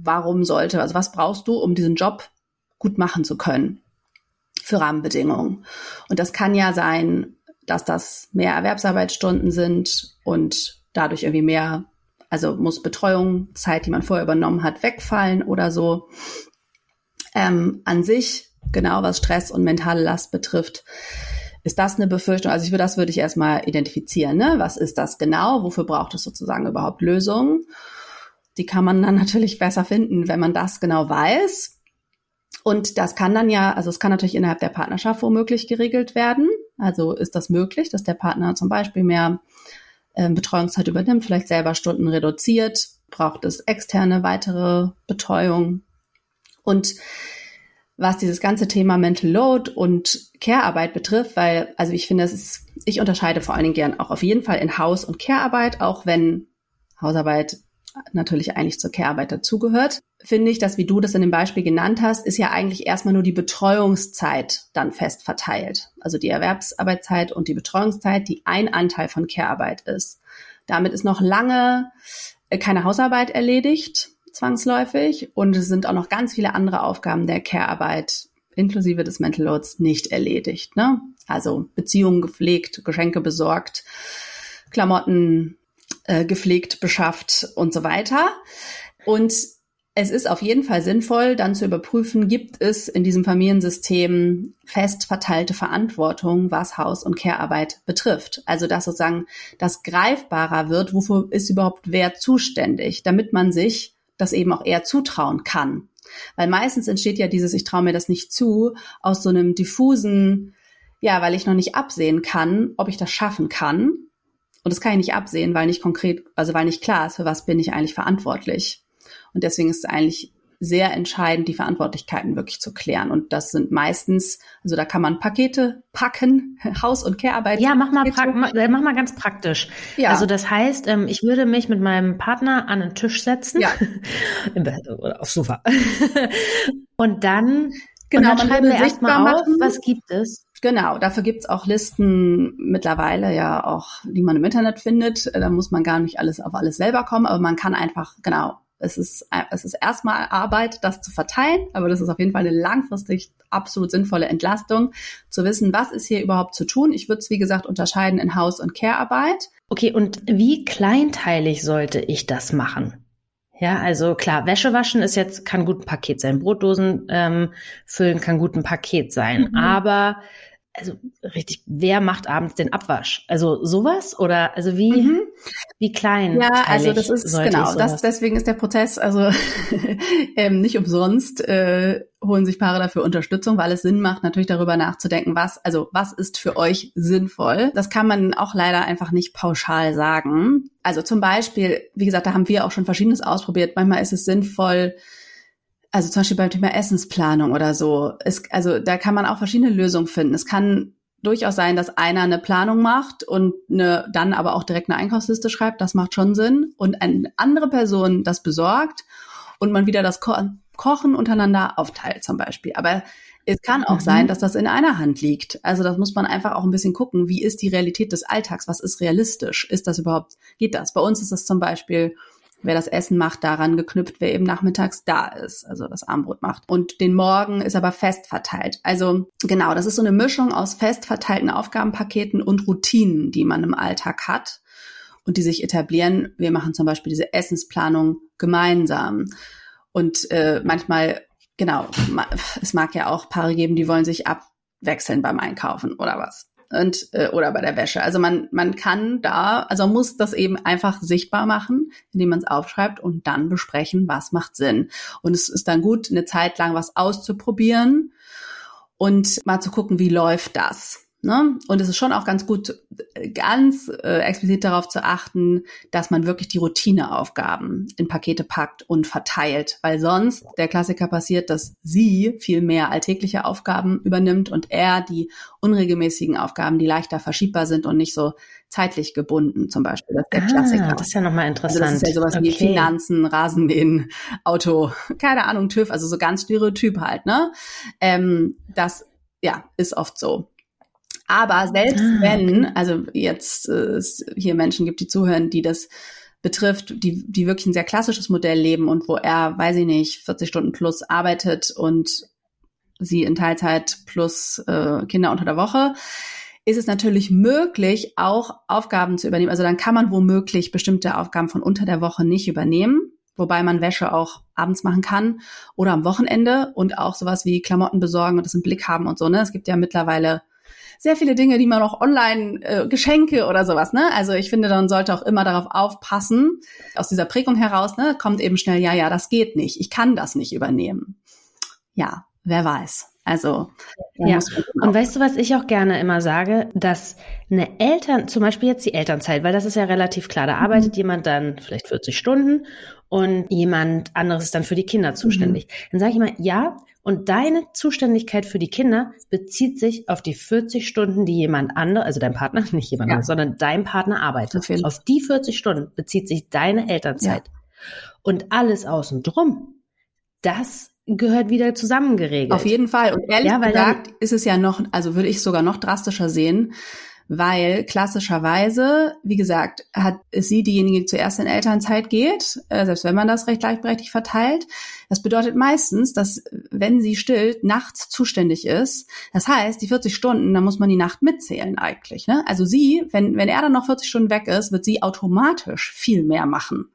Was brauchst du, um diesen Job gut machen zu können? Für Rahmenbedingungen. Und das kann ja sein, dass das mehr Erwerbsarbeitsstunden sind und dadurch irgendwie muss Betreuung, Zeit, die man vorher übernommen hat, wegfallen oder so. An sich, genau was Stress und mentale Last betrifft, ist das eine Befürchtung? Also das würde ich erstmal identifizieren, ne? Was ist das genau? Wofür braucht es sozusagen überhaupt Lösungen? Die kann man dann natürlich besser finden, wenn man das genau weiß. Und das kann dann es kann natürlich innerhalb der Partnerschaft womöglich geregelt werden. Also ist das möglich, dass der Partner zum Beispiel mehr Betreuungszeit übernimmt, vielleicht selber Stunden reduziert, braucht es externe weitere Betreuung. Und was dieses ganze Thema Mental Load und Care-Arbeit betrifft, ich finde, ich unterscheide vor allen Dingen gern auch auf jeden Fall in Haus- und Care-Arbeit, auch wenn Hausarbeit natürlich eigentlich zur Care-Arbeit dazugehört, finde ich, dass, wie du das in dem Beispiel genannt hast, ist ja eigentlich erstmal nur die Betreuungszeit dann fest verteilt. Also die Erwerbsarbeitszeit und die Betreuungszeit, die ein Anteil von Care-Arbeit ist. Damit ist noch lange keine Hausarbeit erledigt, zwangsläufig. Und es sind auch noch ganz viele andere Aufgaben der Care-Arbeit, inklusive des Mental Loads, nicht erledigt, ne? Also Beziehungen gepflegt, Geschenke besorgt, Klamotten gepflegt, beschafft und so weiter. Und es ist auf jeden Fall sinnvoll, dann zu überprüfen, gibt es in diesem Familiensystem fest verteilte Verantwortung, was Haus- und Care-Arbeit betrifft. Also dass sozusagen das greifbarer wird, wofür ist überhaupt wer zuständig, damit man sich das eben auch eher zutrauen kann. Weil meistens entsteht ja dieses, ich traue mir das nicht zu, aus so einem diffusen, weil ich noch nicht absehen kann, ob ich das schaffen kann. Und das kann ich nicht absehen, weil nicht klar ist, für was bin ich eigentlich verantwortlich. Und deswegen ist es eigentlich sehr entscheidend, die Verantwortlichkeiten wirklich zu klären. Und das sind meistens, also da kann man Pakete packen, Haus- und Care-Arbeit. Ja, mach mal ganz praktisch. Ja. Also das heißt, ich würde mich mit meinem Partner an den Tisch setzen. Ja. Oder aufs Sofa. Und dann schreiben wir erstmal auf, was gibt es. Genau, dafür gibt's auch Listen mittlerweile ja auch, die man im Internet findet. Da muss man gar nicht auf alles selber kommen, aber man kann einfach, es ist erstmal Arbeit, das zu verteilen, aber das ist auf jeden Fall eine langfristig absolut sinnvolle Entlastung, zu wissen, was ist hier überhaupt zu tun. Ich würde es, wie gesagt, unterscheiden in Haus- und Care-Arbeit. Okay, und wie kleinteilig sollte ich das machen? Ja, also klar, Wäsche waschen kann gut ein Paket sein. Brotdosen füllen kann gut ein Paket sein. Aber also richtig, wer macht abends den Abwasch? Also sowas oder also wie klein? Ja, also das ist genau, deswegen ist der Prozess also nicht umsonst holen sich Paare dafür Unterstützung, weil es Sinn macht, natürlich darüber nachzudenken, was ist für euch sinnvoll. Das kann man auch leider einfach nicht pauschal sagen. Also zum Beispiel, wie gesagt, da haben wir auch schon Verschiedenes ausprobiert. Manchmal ist es sinnvoll, also zum Beispiel beim Thema Essensplanung oder so. Also da kann man auch verschiedene Lösungen finden. Es kann durchaus sein, dass einer eine Planung macht und dann aber auch direkt eine Einkaufsliste schreibt. Das macht schon Sinn. Und eine andere Person das besorgt und man wieder das Kochen untereinander aufteilt zum Beispiel. Aber es kann auch sein, dass das in einer Hand liegt. Also das muss man einfach auch ein bisschen gucken. Wie ist die Realität des Alltags? Was ist realistisch? Geht das? Bei uns ist das zum Beispiel, wer das Essen macht, daran geknüpft, wer eben nachmittags da ist, also das Abendbrot macht. Und den Morgen ist aber fest verteilt. Also genau, das ist so eine Mischung aus fest verteilten Aufgabenpaketen und Routinen, die man im Alltag hat und die sich etablieren. Wir machen zum Beispiel diese Essensplanung gemeinsam. Und manchmal, genau, es mag ja auch Paare geben, die wollen sich abwechseln beim Einkaufen oder was. Oder bei der Wäsche. Also man kann man muss das eben einfach sichtbar machen, indem man es aufschreibt und dann besprechen, was macht Sinn. Und es ist dann gut, eine Zeit lang was auszuprobieren und mal zu gucken, wie läuft das. Ne? Und es ist schon auch ganz gut, ganz explizit darauf zu achten, dass man wirklich die Routineaufgaben in Pakete packt und verteilt, weil sonst der Klassiker passiert, dass sie viel mehr alltägliche Aufgaben übernimmt und er die unregelmäßigen Aufgaben, die leichter verschiebbar sind und nicht so zeitlich gebunden, zum Beispiel. Das ist der Klassiker. Das ist ja nochmal interessant. Also das ist ja sowas wie Finanzen, Rasenmähen, Auto, keine Ahnung, TÜV, also so ganz Stereotyp halt, ne? Das, ja, ist oft so. Aber selbst wenn, also jetzt es hier Menschen gibt, die zuhören, die das betrifft, die wirklich ein sehr klassisches Modell leben und wo er, weiß ich nicht, 40 Stunden plus arbeitet und sie in Teilzeit plus Kinder unter der Woche, ist es natürlich möglich, auch Aufgaben zu übernehmen. Also dann kann man womöglich bestimmte Aufgaben von unter der Woche nicht übernehmen, wobei man Wäsche auch abends machen kann oder am Wochenende und auch sowas wie Klamotten besorgen und das im Blick haben und so. Ne, es gibt ja mittlerweile sehr viele Dinge, die man auch online, Geschenke oder sowas, ne? Also ich finde, man sollte auch immer darauf aufpassen, aus dieser Prägung heraus, ne, kommt eben schnell, ja, das geht nicht, ich kann das nicht übernehmen. Ja, wer weiß. Also ja. Und weißt du, was ich auch gerne immer sage, dass zum Beispiel jetzt die Elternzeit, weil das ist ja relativ klar, da arbeitet jemand dann vielleicht 40 Stunden und jemand anderes ist dann für die Kinder zuständig. Dann sage ich immer, ja, und deine Zuständigkeit für die Kinder bezieht sich auf die 40 Stunden, die jemand anderes, also dein Partner, nicht jemand anderes, sondern dein Partner arbeitet. Auf die 40 Stunden bezieht sich deine Elternzeit. Ja. Und alles außen drum, das gehört wieder zusammengeregelt. Auf jeden Fall. Und ehrlich gesagt ist es ja noch, also würde ich sogar noch drastischer sehen, weil klassischerweise, wie gesagt, ist sie diejenige, die zuerst in Elternzeit geht, selbst wenn man das recht gleichberechtigt verteilt. Das bedeutet meistens, dass, wenn sie stillt, nachts zuständig ist. Das heißt, die 40 Stunden, da muss man die Nacht mitzählen eigentlich. Ne? Also sie, wenn er dann noch 40 Stunden weg ist, wird sie automatisch viel mehr machen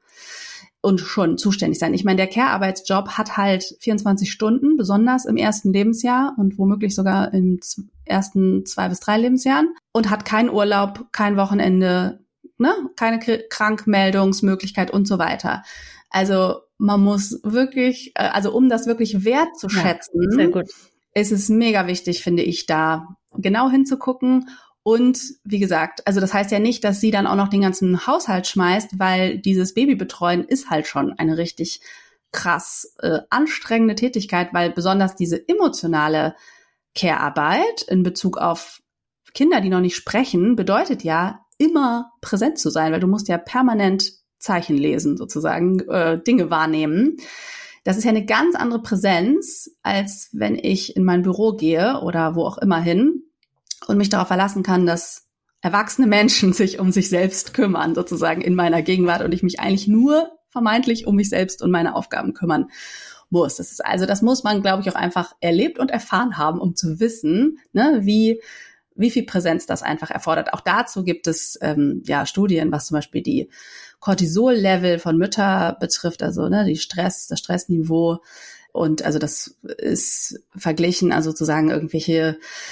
und schon zuständig sein. Ich meine, der Care-Arbeitsjob hat halt 24 Stunden, besonders im ersten Lebensjahr und womöglich sogar in ersten 2 bis 3 Lebensjahren und hat keinen Urlaub, kein Wochenende, ne, keine Krankmeldungsmöglichkeit und so weiter. Also man muss wirklich, also um das wirklich wertzuschätzen, sehr gut, ist es mega wichtig, finde ich, da genau hinzugucken. Und wie gesagt, also das heißt ja nicht, dass sie dann auch noch den ganzen Haushalt schmeißt, weil dieses Babybetreuen ist halt schon eine richtig krass anstrengende Tätigkeit, weil besonders diese emotionale Care-Arbeit in Bezug auf Kinder, die noch nicht sprechen, bedeutet ja immer präsent zu sein, weil du musst ja permanent Zeichen lesen sozusagen, Dinge wahrnehmen. Das ist ja eine ganz andere Präsenz, als wenn ich in mein Büro gehe oder wo auch immer hin und mich darauf verlassen kann, dass erwachsene Menschen sich um sich selbst kümmern, sozusagen in meiner Gegenwart und ich mich eigentlich nur vermeintlich um mich selbst und meine Aufgaben kümmern muss. Das muss man, glaube ich, auch einfach erlebt und erfahren haben, um zu wissen, ne, wie viel Präsenz das einfach erfordert. Auch dazu gibt es Studien, was zum Beispiel die Cortisol-Level von Müttern betrifft, also ne, das Stressniveau. Und also das ist verglichen, also sozusagen irgendwelche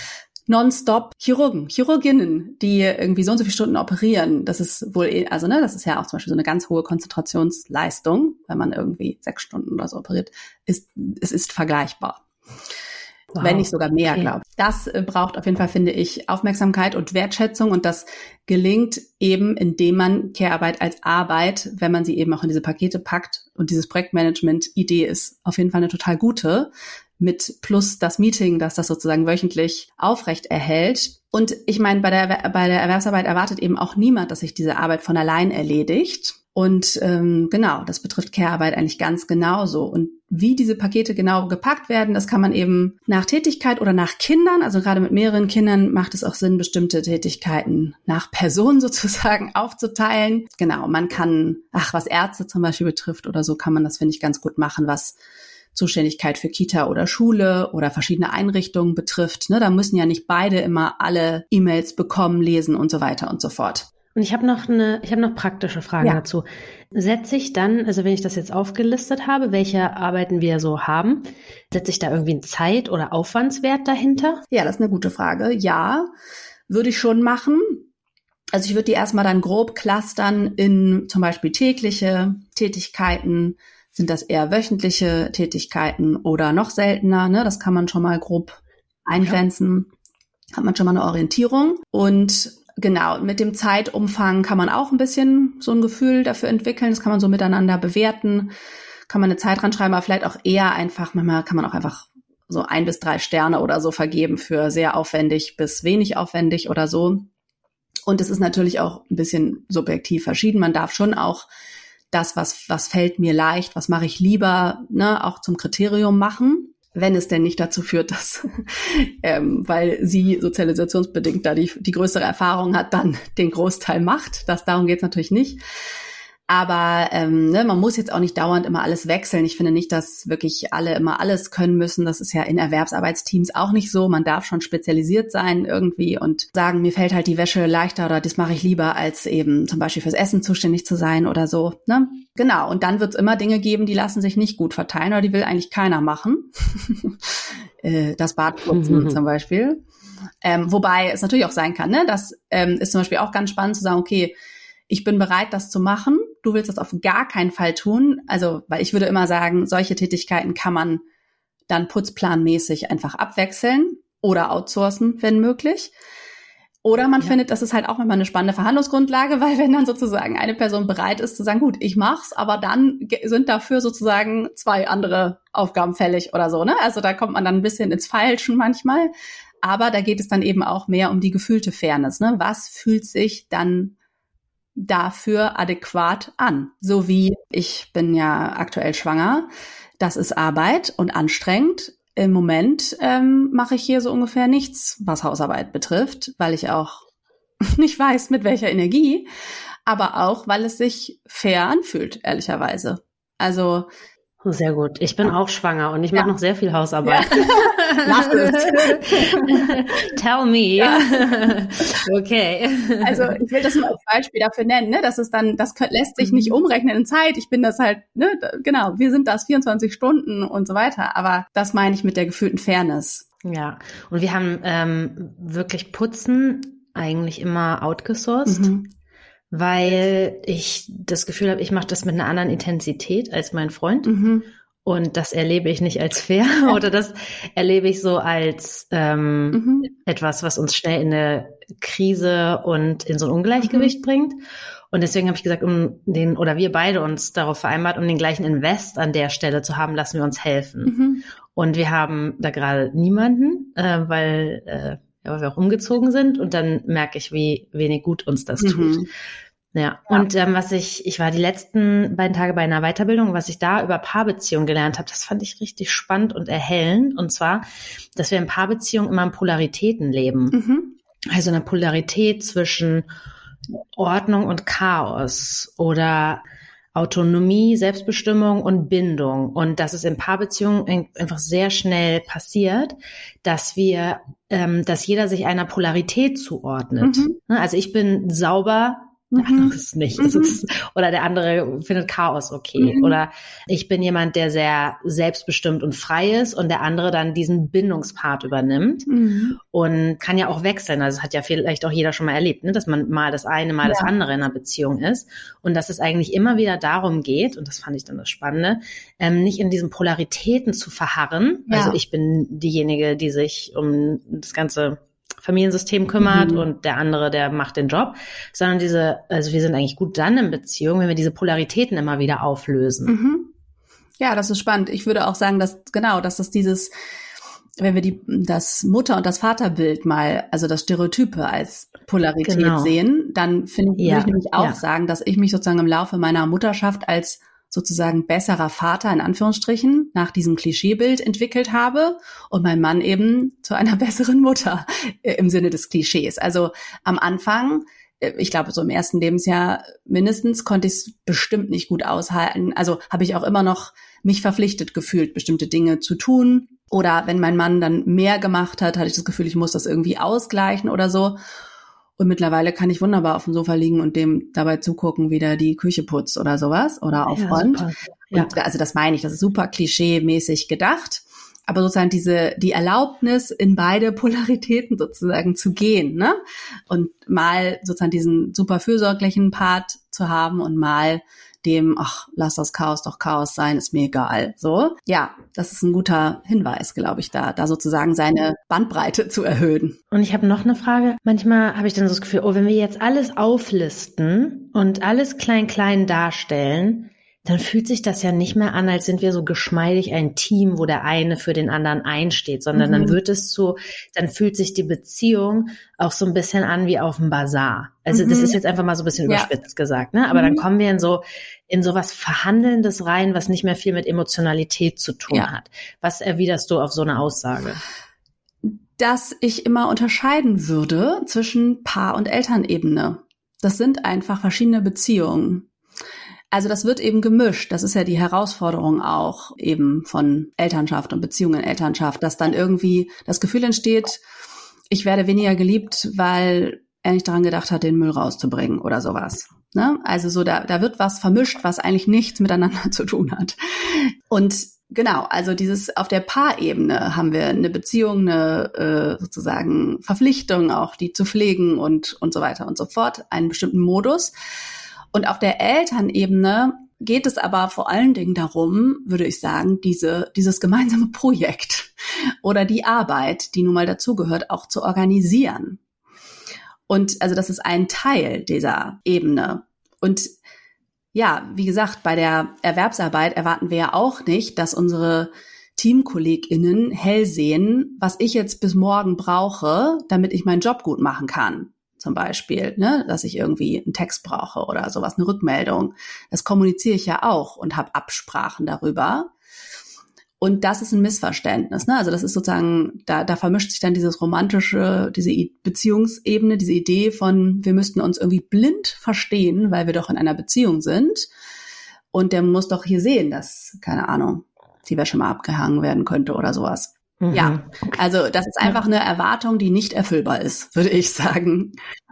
nonstop Chirurginnen, die irgendwie so und so viele Stunden operieren. Das ist wohl, also ne, das ist ja auch zum Beispiel so eine ganz hohe Konzentrationsleistung, wenn man irgendwie 6 Stunden oder so operiert, es ist vergleichbar. Wow. Wenn nicht sogar mehr, glaube ich. Das braucht auf jeden Fall, finde ich, Aufmerksamkeit und Wertschätzung, und das gelingt eben, indem man Care-Arbeit als Arbeit, wenn man sie eben auch in diese Pakete packt, und dieses Projektmanagement-Idee ist auf jeden Fall eine total gute, mit plus das Meeting, dass das sozusagen wöchentlich aufrecht erhält. Und ich meine, bei der Erwerbsarbeit erwartet eben auch niemand, dass sich diese Arbeit von allein erledigt. Und genau, das betrifft Care-Arbeit eigentlich ganz genauso. Und wie diese Pakete genau gepackt werden, das kann man eben nach Tätigkeit oder nach Kindern, also gerade mit mehreren Kindern macht es auch Sinn, bestimmte Tätigkeiten nach Person sozusagen aufzuteilen. Genau, man kann, was Ärzte zum Beispiel betrifft oder so, kann man das, finde ich, ganz gut machen, was Zuständigkeit für Kita oder Schule oder verschiedene Einrichtungen betrifft. Ne, da müssen ja nicht beide immer alle E-Mails bekommen, lesen und so weiter und so fort. Und ich habe noch praktische Fragen dazu. Setze ich dann, also wenn ich das jetzt aufgelistet habe, welche Arbeiten wir so haben, setze ich da irgendwie einen Zeit- oder Aufwandswert dahinter? Ja, das ist eine gute Frage. Ja, würde ich schon machen. Also ich würde die erstmal dann grob clustern in zum Beispiel tägliche Tätigkeiten. Sind das eher wöchentliche Tätigkeiten oder noch seltener? Ne? Das kann man schon mal grob eingrenzen. Hat man schon mal eine Orientierung. Und genau, mit dem Zeitumfang kann man auch ein bisschen so ein Gefühl dafür entwickeln. Das kann man so miteinander bewerten. Kann man eine Zeit ranschreiben, aber vielleicht auch eher einfach, manchmal kann man auch einfach so 1 bis 3 Sterne oder so vergeben für sehr aufwendig bis wenig aufwendig oder so. Und es ist natürlich auch ein bisschen subjektiv verschieden. Man darf schon auch das, was fällt mir leicht, was mache ich lieber, ne, auch zum Kriterium machen, wenn es denn nicht dazu führt, dass, weil sie sozialisationsbedingt da die größere Erfahrung hat, dann den Großteil macht. Darum geht es natürlich nicht. Aber man muss jetzt auch nicht dauernd immer alles wechseln. Ich finde nicht, dass wirklich alle immer alles können müssen. Das ist ja in Erwerbsarbeitsteams auch nicht so. Man darf schon spezialisiert sein irgendwie und sagen, mir fällt halt die Wäsche leichter oder das mache ich lieber, als eben zum Beispiel fürs Essen zuständig zu sein oder so. Ne? Genau, und dann wird es immer Dinge geben, die lassen sich nicht gut verteilen oder die will eigentlich keiner machen. Das Badputzen zum Beispiel. Wobei es natürlich auch sein kann, ne? Das ist zum Beispiel auch ganz spannend zu sagen, okay, ich bin bereit, das zu machen. Du willst das auf gar keinen Fall tun. Also, weil ich würde immer sagen, solche Tätigkeiten kann man dann putzplanmäßig einfach abwechseln oder outsourcen, wenn möglich. Oder man findet, das ist halt auch manchmal eine spannende Verhandlungsgrundlage, weil wenn dann sozusagen eine Person bereit ist zu sagen, gut, ich mach's, aber dann sind dafür sozusagen 2 andere Aufgaben fällig oder so, ne? Also da kommt man dann ein bisschen ins Feilschen manchmal. Aber da geht es dann eben auch mehr um die gefühlte Fairness, ne? Was fühlt sich dann dafür adäquat an? So wie ich bin ja aktuell schwanger. Das ist Arbeit und anstrengend. Im Moment mache ich hier so ungefähr nichts, was Hausarbeit betrifft, weil ich auch nicht weiß, mit welcher Energie, aber auch, weil es sich fair anfühlt, ehrlicherweise. Also sehr gut. Ich bin auch schwanger und ich mache noch sehr viel Hausarbeit. Ja. Lass es. Tell me. Ja. Okay. Also ich will das nur als Beispiel dafür nennen, ne? Das lässt sich nicht umrechnen in Zeit. Ich bin das halt, ne? Genau, wir sind das 24 Stunden und so weiter. Aber das meine ich mit der gefühlten Fairness. Ja, und wir haben wirklich Putzen eigentlich immer outgesourced. Weil ich das Gefühl habe, ich mache das mit einer anderen Intensität als mein Freund. Und das erlebe ich nicht als fair oder das erlebe ich so als etwas, was uns schnell in eine Krise und in so ein Ungleichgewicht bringt. Und deswegen habe ich gesagt, wir beide uns darauf vereinbart, um den gleichen Invest an der Stelle zu haben, lassen wir uns helfen. Und wir haben da gerade niemanden, weil wir auch umgezogen sind, und dann merke ich, wie wenig gut uns das tut. Ja. Und ich war die letzten 2 Tage bei einer Weiterbildung, was ich da über Paarbeziehungen gelernt habe, das fand ich richtig spannend und erhellend. Und zwar, dass wir in Paarbeziehungen immer in Polaritäten leben. Also eine Polarität zwischen Ordnung und Chaos oder Autonomie, Selbstbestimmung und Bindung. Und dass es in Paarbeziehungen einfach sehr schnell passiert, dass jeder sich einer Polarität zuordnet. Also ich bin sauber der andere ist nicht. Oder der andere findet Chaos okay. Oder ich bin jemand, der sehr selbstbestimmt und frei ist und der andere dann diesen Bindungspart übernimmt und kann ja auch wechseln. Also das hat ja vielleicht auch jeder schon mal erlebt, ne? Dass man mal das eine, mal das andere in einer Beziehung ist und dass es eigentlich immer wieder darum geht, und das fand ich dann das Spannende, nicht in diesen Polaritäten zu verharren. Ja. Also ich bin diejenige, die sich um das ganze Familiensystem kümmert und der andere, der macht den Job, sondern also wir sind eigentlich gut dann in Beziehung, wenn wir diese Polaritäten immer wieder auflösen. Ja, das ist spannend. Ich würde auch sagen, dass das dieses, wenn wir das Mutter- und das Vaterbild mal, also das Stereotype als Polarität sehen, dann würde ich nämlich auch sagen, dass ich mich sozusagen im Laufe meiner Mutterschaft als sozusagen besserer Vater in Anführungsstrichen nach diesem Klischeebild entwickelt habe und mein Mann eben zu einer besseren Mutter im Sinne des Klischees. Also am Anfang, ich glaube so im ersten Lebensjahr mindestens, konnte ich es bestimmt nicht gut aushalten. Also habe ich auch immer noch mich verpflichtet gefühlt, bestimmte Dinge zu tun. Oder wenn mein Mann dann mehr gemacht hat, hatte ich das Gefühl, ich muss das irgendwie ausgleichen oder so. Und mittlerweile kann ich wunderbar auf dem Sofa liegen und dem dabei zugucken, wie der die Küche putzt oder sowas oder aufräumt. Ja, also das meine ich, das ist super klischee-mäßig gedacht. Aber sozusagen die Erlaubnis, in beide Polaritäten sozusagen zu gehen, ne? Und mal sozusagen diesen super fürsorglichen Part zu haben und mal dem, lass das Chaos doch Chaos sein, ist mir egal. So, ja, das ist ein guter Hinweis, glaube ich, da sozusagen seine Bandbreite zu erhöhen. Und ich habe noch eine Frage. Manchmal habe ich dann so das Gefühl, wenn wir jetzt alles auflisten und alles klein darstellen, dann fühlt sich das ja nicht mehr an, als sind wir so geschmeidig ein Team, wo der eine für den anderen einsteht, sondern dann dann fühlt sich die Beziehung auch so ein bisschen an wie auf dem Bazar. Also das ist jetzt einfach mal so ein bisschen überspitzt gesagt, ne? Aber dann kommen wir in so was Verhandelndes rein, was nicht mehr viel mit Emotionalität zu tun hat. Was erwiderst du auf so eine Aussage? Dass ich immer unterscheiden würde zwischen Paar- und Elternebene. Das sind einfach verschiedene Beziehungen. Also das wird eben gemischt. Das ist ja die Herausforderung auch eben von Elternschaft und Beziehungen in Elternschaft, dass dann irgendwie das Gefühl entsteht, ich werde weniger geliebt, weil er nicht daran gedacht hat, den Müll rauszubringen oder sowas. Ne? Also so, da wird was vermischt, was eigentlich nichts miteinander zu tun hat. Und genau, also dieses auf der Paarebene haben wir eine Beziehung, eine sozusagen Verpflichtung auch, die zu pflegen und so weiter und so fort, einen bestimmten Modus. Und auf der Elternebene geht es aber vor allen Dingen darum, würde ich sagen, dieses gemeinsame Projekt oder die Arbeit, die nun mal dazugehört, auch zu organisieren. Und also das ist ein Teil dieser Ebene. Und ja, wie gesagt, bei der Erwerbsarbeit erwarten wir ja auch nicht, dass unsere TeamkollegInnen hell sehen, was ich jetzt bis morgen brauche, damit ich meinen Job gut machen kann. Zum Beispiel, ne, dass ich irgendwie einen Text brauche oder sowas, eine Rückmeldung. Das kommuniziere ich ja auch und habe Absprachen darüber. Und das ist ein Missverständnis, ne? Also das ist sozusagen, da vermischt sich dann dieses romantische, diese Beziehungsebene, diese Idee von, wir müssten uns irgendwie blind verstehen, weil wir doch in einer Beziehung sind. Und der muss doch hier sehen, dass, keine Ahnung, die Wäsche mal abgehangen werden könnte oder sowas. Ja, also das ist einfach eine Erwartung, die nicht erfüllbar ist, würde ich sagen.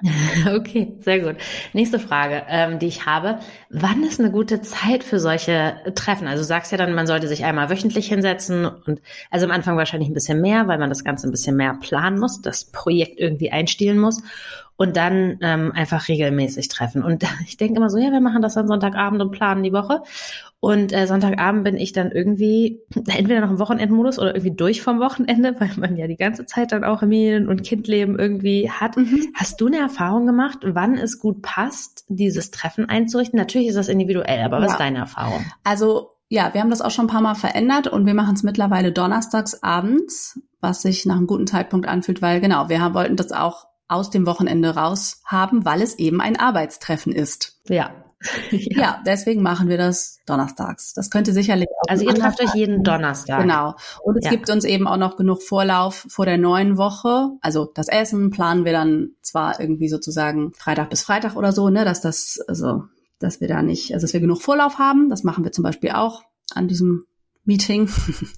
Okay, sehr gut. Nächste Frage, die ich habe. Wann ist eine gute Zeit für solche Treffen? Also du sagst ja dann, man sollte sich einmal wöchentlich hinsetzen und also am Anfang wahrscheinlich ein bisschen mehr, weil man das Ganze ein bisschen mehr planen muss, das Projekt irgendwie einstielen muss und dann einfach regelmäßig treffen. Und ich denke immer so, ja, wir machen das dann Sonntagabend und planen die Woche. Und Sonntagabend bin ich dann irgendwie entweder noch im Wochenendmodus oder irgendwie durch vom Wochenende, weil man ja die ganze Zeit dann auch Familien- und Kindleben irgendwie hat. Hast du eine Erfahrung gemacht, wann es gut passt, dieses Treffen einzurichten? Natürlich ist das individuell, aber was ist deine Erfahrung? Also ja, wir haben das auch schon ein paar Mal verändert und wir machen es mittlerweile donnerstags abends, was sich nach einem guten Zeitpunkt anfühlt, weil genau, wir wollten das auch aus dem Wochenende raus haben, weil es eben ein Arbeitstreffen ist. Ja. Ja, deswegen machen wir das donnerstags. Das könnte sicherlich auch. Also ihr trefft euch jeden Donnerstag. Genau. Und es gibt uns eben auch noch genug Vorlauf vor der neuen Woche. Also das Essen planen wir dann zwar irgendwie sozusagen Freitag bis Freitag oder so, ne, dass wir da nicht, also dass wir genug Vorlauf haben. Das machen wir zum Beispiel auch an diesem Meeting.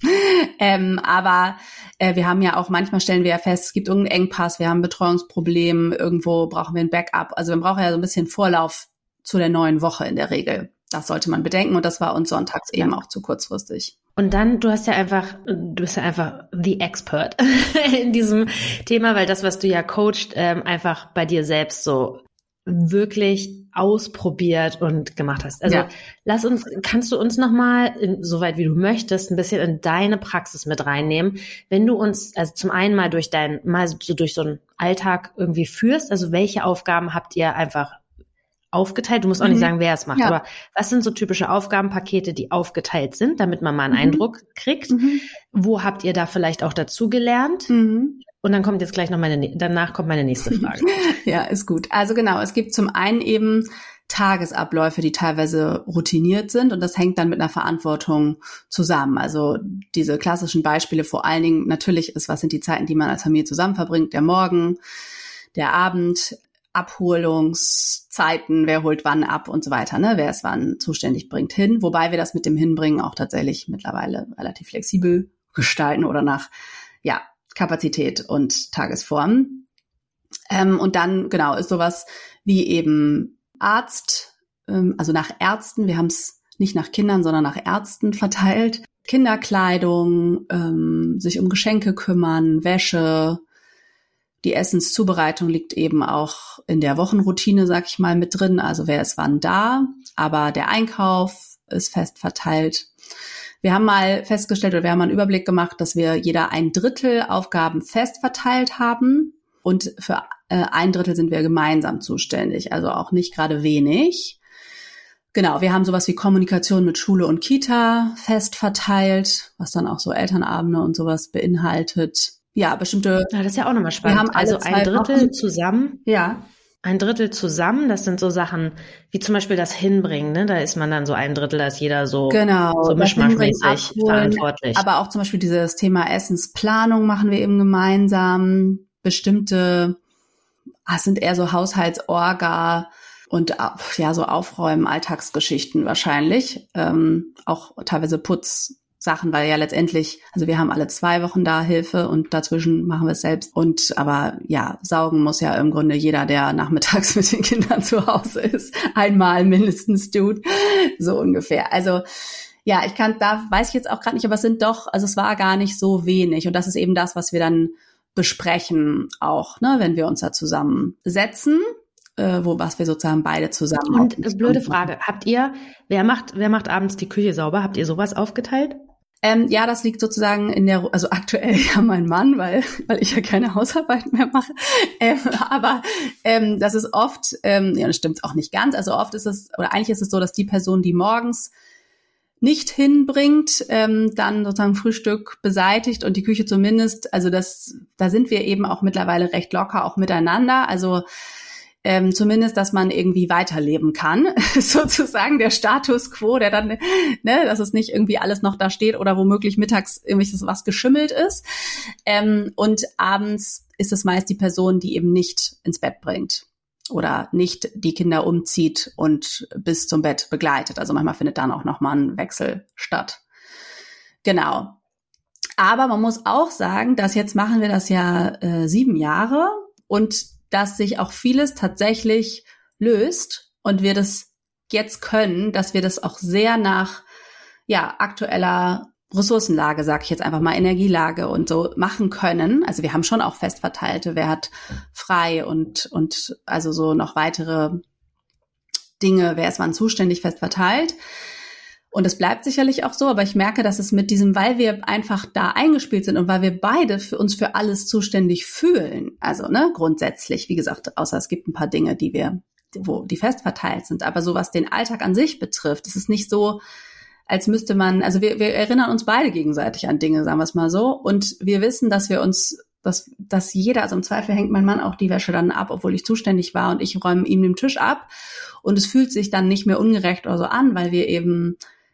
Aber wir haben ja auch, manchmal stellen wir ja fest, es gibt irgendeinen Engpass, wir haben ein Betreuungsproblem, irgendwo brauchen wir ein Backup. Also man braucht ja so ein bisschen Vorlauf zu der neuen Woche in der Regel. Das sollte man bedenken und das war uns sonntags eben auch zu kurzfristig. Und dann, du bist ja einfach the expert in diesem Thema, weil das, was du ja coacht, einfach bei dir selbst so wirklich ausprobiert und gemacht hast. Also kannst du uns nochmal, soweit wie du möchtest, ein bisschen in deine Praxis mit reinnehmen, wenn du uns, also zum einen mal durch so einen Alltag irgendwie führst, also welche Aufgaben habt ihr einfach aufgeteilt? Du musst auch nicht sagen, wer es macht, aber was sind so typische Aufgabenpakete, die aufgeteilt sind, damit man mal einen Eindruck kriegt? Wo habt ihr da vielleicht auch dazu gelernt? Und dann kommt jetzt gleich noch danach kommt meine nächste Frage. Ja, ist gut. Also genau, es gibt zum einen eben Tagesabläufe, die teilweise routiniert sind und das hängt dann mit einer Verantwortung zusammen. Also diese klassischen Beispiele vor allen Dingen, natürlich was sind die Zeiten, die man als Familie zusammen verbringt, der Morgen, der Abend, Abholungszeiten, wer holt wann ab und so weiter, ne? Wer es wann zuständig bringt hin. Wobei wir das mit dem Hinbringen auch tatsächlich mittlerweile relativ flexibel gestalten oder nach Kapazität und Tagesform. Und dann, genau, ist sowas wie eben Arzt, also nach Ärzten. Wir haben es nicht nach Kindern, sondern nach Ärzten verteilt. Kinderkleidung, sich um Geschenke kümmern, Wäsche. Die Essenszubereitung liegt eben auch in der Wochenroutine, sag ich mal, mit drin. Also wer ist wann da. Aber der Einkauf ist fest verteilt. Wir haben mal festgestellt oder wir haben mal einen Überblick gemacht, dass wir jeder 1/3 Aufgaben fest verteilt haben und für 1/3 sind wir gemeinsam zuständig, also auch nicht gerade wenig. Genau, wir haben sowas wie Kommunikation mit Schule und Kita fest verteilt, was dann auch so Elternabende und sowas beinhaltet. Ja, bestimmte... Ja, das ist ja auch nochmal spannend. Wir haben also 1/3 zusammen. Ja. 1/3 zusammen, das sind so Sachen wie zum Beispiel das Hinbringen, ne? Da ist man dann so 1/3, da ist jeder so mischmaschmäßig verantwortlich. Aber auch zum Beispiel dieses Thema Essensplanung machen wir eben gemeinsam. Bestimmte, es sind eher so Haushaltsorga und so Aufräumen, Alltagsgeschichten wahrscheinlich. Auch teilweise Putzsachen, weil ja letztendlich, also wir haben alle 2 Wochen da Hilfe und dazwischen machen wir es selbst. Aber saugen muss ja im Grunde jeder, der nachmittags mit den Kindern zu Hause ist, einmal mindestens tut. So ungefähr. Also weiß ich jetzt auch gerade nicht, aber es war gar nicht so wenig. Und das ist eben das, was wir dann besprechen auch, ne, wenn wir uns da zusammensetzen. Was wir sozusagen beide zusammen. Und blöde Frage, wer macht abends die Küche sauber? Habt ihr sowas aufgeteilt? Das liegt sozusagen also aktuell ja mein Mann, weil ich ja keine Hausarbeit mehr mache. Aber das ist oft, das stimmt auch nicht ganz. Also oft ist es, oder eigentlich ist es so, dass die Person, die morgens nicht hinbringt, dann sozusagen Frühstück beseitigt und die Küche zumindest, also da sind wir eben auch mittlerweile recht locker auch miteinander. Also zumindest, dass man irgendwie weiterleben kann, sozusagen der Status quo, der dann, ne, dass es nicht irgendwie alles noch da steht oder womöglich mittags irgendwelches was geschimmelt ist. Und abends ist es meist die Person, die eben nicht ins Bett bringt oder nicht die Kinder umzieht und bis zum Bett begleitet. Also manchmal findet dann auch nochmal ein Wechsel statt. Genau. Aber man muss auch sagen, dass jetzt machen wir das ja 7 Jahre und dass sich auch vieles tatsächlich löst und wir das jetzt können, dass wir das auch sehr nach aktueller Ressourcenlage, sage ich jetzt einfach mal, Energielage und so machen können. Also wir haben schon auch fest verteilte, wer hat frei und also so noch weitere Dinge, wer ist wann zuständig, fest verteilt. Und es bleibt sicherlich auch so, aber ich merke, dass es mit diesem, weil wir einfach da eingespielt sind und weil wir beide uns für alles zuständig fühlen, also ne, grundsätzlich, wie gesagt, außer es gibt ein paar Dinge, die fest verteilt sind, aber so was den Alltag an sich betrifft, ist es nicht so, als müsste man, also wir erinnern uns beide gegenseitig an Dinge, sagen wir es mal so, und wir wissen, dass wir uns, dass jeder, also im Zweifel hängt mein Mann auch die Wäsche dann ab, obwohl ich zuständig war und ich räume ihm den Tisch ab und es fühlt sich dann nicht mehr ungerecht oder so an, weil wir eben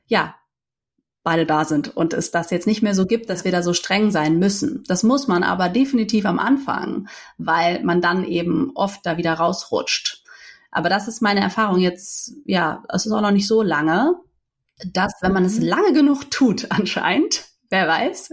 beide da sind und es das jetzt nicht mehr so gibt, dass wir da so streng sein müssen. Das muss man aber definitiv am Anfang, weil man dann eben oft da wieder rausrutscht. Aber das ist meine Erfahrung jetzt, es ist auch noch nicht so lange. dass, wenn man es lange genug tut, anscheinend, wer weiß,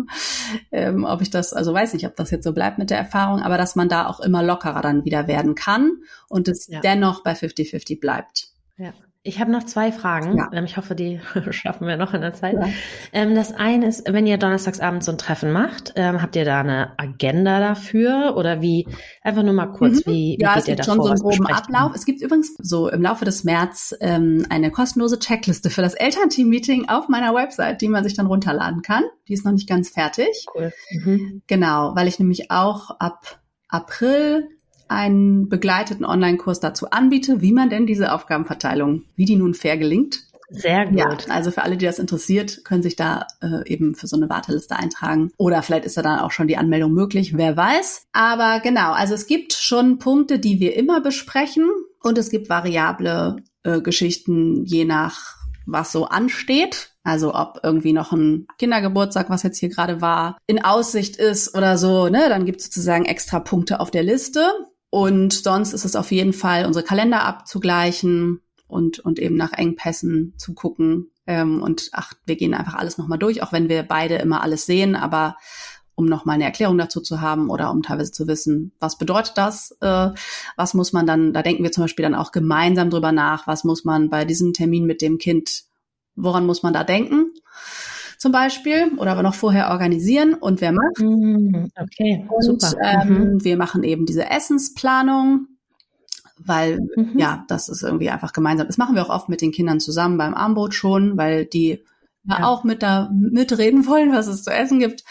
ob ich das, also weiß nicht, ob das jetzt so bleibt mit der Erfahrung, aber dass man da auch immer lockerer dann wieder werden kann und es dennoch bei 50-50 bleibt. Ja. Ich habe noch 2 Fragen. Ja. Ich hoffe, die schaffen wir noch in der Zeit. Ja. Das eine ist, wenn ihr donnerstagsabends so ein Treffen macht, habt ihr da eine Agenda dafür oder wie? Einfach nur mal kurz, wie geht ihr da vor? Ja, es gibt schon so einen groben Ablauf. Es gibt übrigens so im Laufe des März eine kostenlose Checkliste für das Elternteam-Meeting auf meiner Website, die man sich dann runterladen kann. Die ist noch nicht ganz fertig. Cool. Genau, weil ich nämlich auch ab April einen begleiteten Online-Kurs dazu anbiete, wie man denn diese Aufgabenverteilung, wie die nun fair gelingt. Sehr gut. Ja, also für alle, die das interessiert, können sich da eben für so eine Warteliste eintragen. Oder vielleicht ist da dann auch schon die Anmeldung möglich, wer weiß. Aber genau, also es gibt schon Punkte, die wir immer besprechen und es gibt variable Geschichten, je nach was so ansteht. Also ob irgendwie noch ein Kindergeburtstag, was jetzt hier gerade war, in Aussicht ist oder so, ne, dann gibt es sozusagen extra Punkte auf der Liste. Und sonst ist es auf jeden Fall, unsere Kalender abzugleichen und eben nach Engpässen zu gucken. Wir gehen einfach alles nochmal durch, auch wenn wir beide immer alles sehen, aber um nochmal eine Erklärung dazu zu haben oder um teilweise zu wissen, was bedeutet das, was muss man dann, da denken wir zum Beispiel dann auch gemeinsam drüber nach, was muss man bei diesem Termin mit dem Kind, woran muss man da denken? Zum Beispiel, oder aber noch vorher organisieren und wer macht. Okay, und, super. Wir machen eben diese Essensplanung, weil, das ist irgendwie einfach gemeinsam. Das machen wir auch oft mit den Kindern zusammen beim Armbrot schon, weil die auch mitreden wollen, was es zu essen gibt.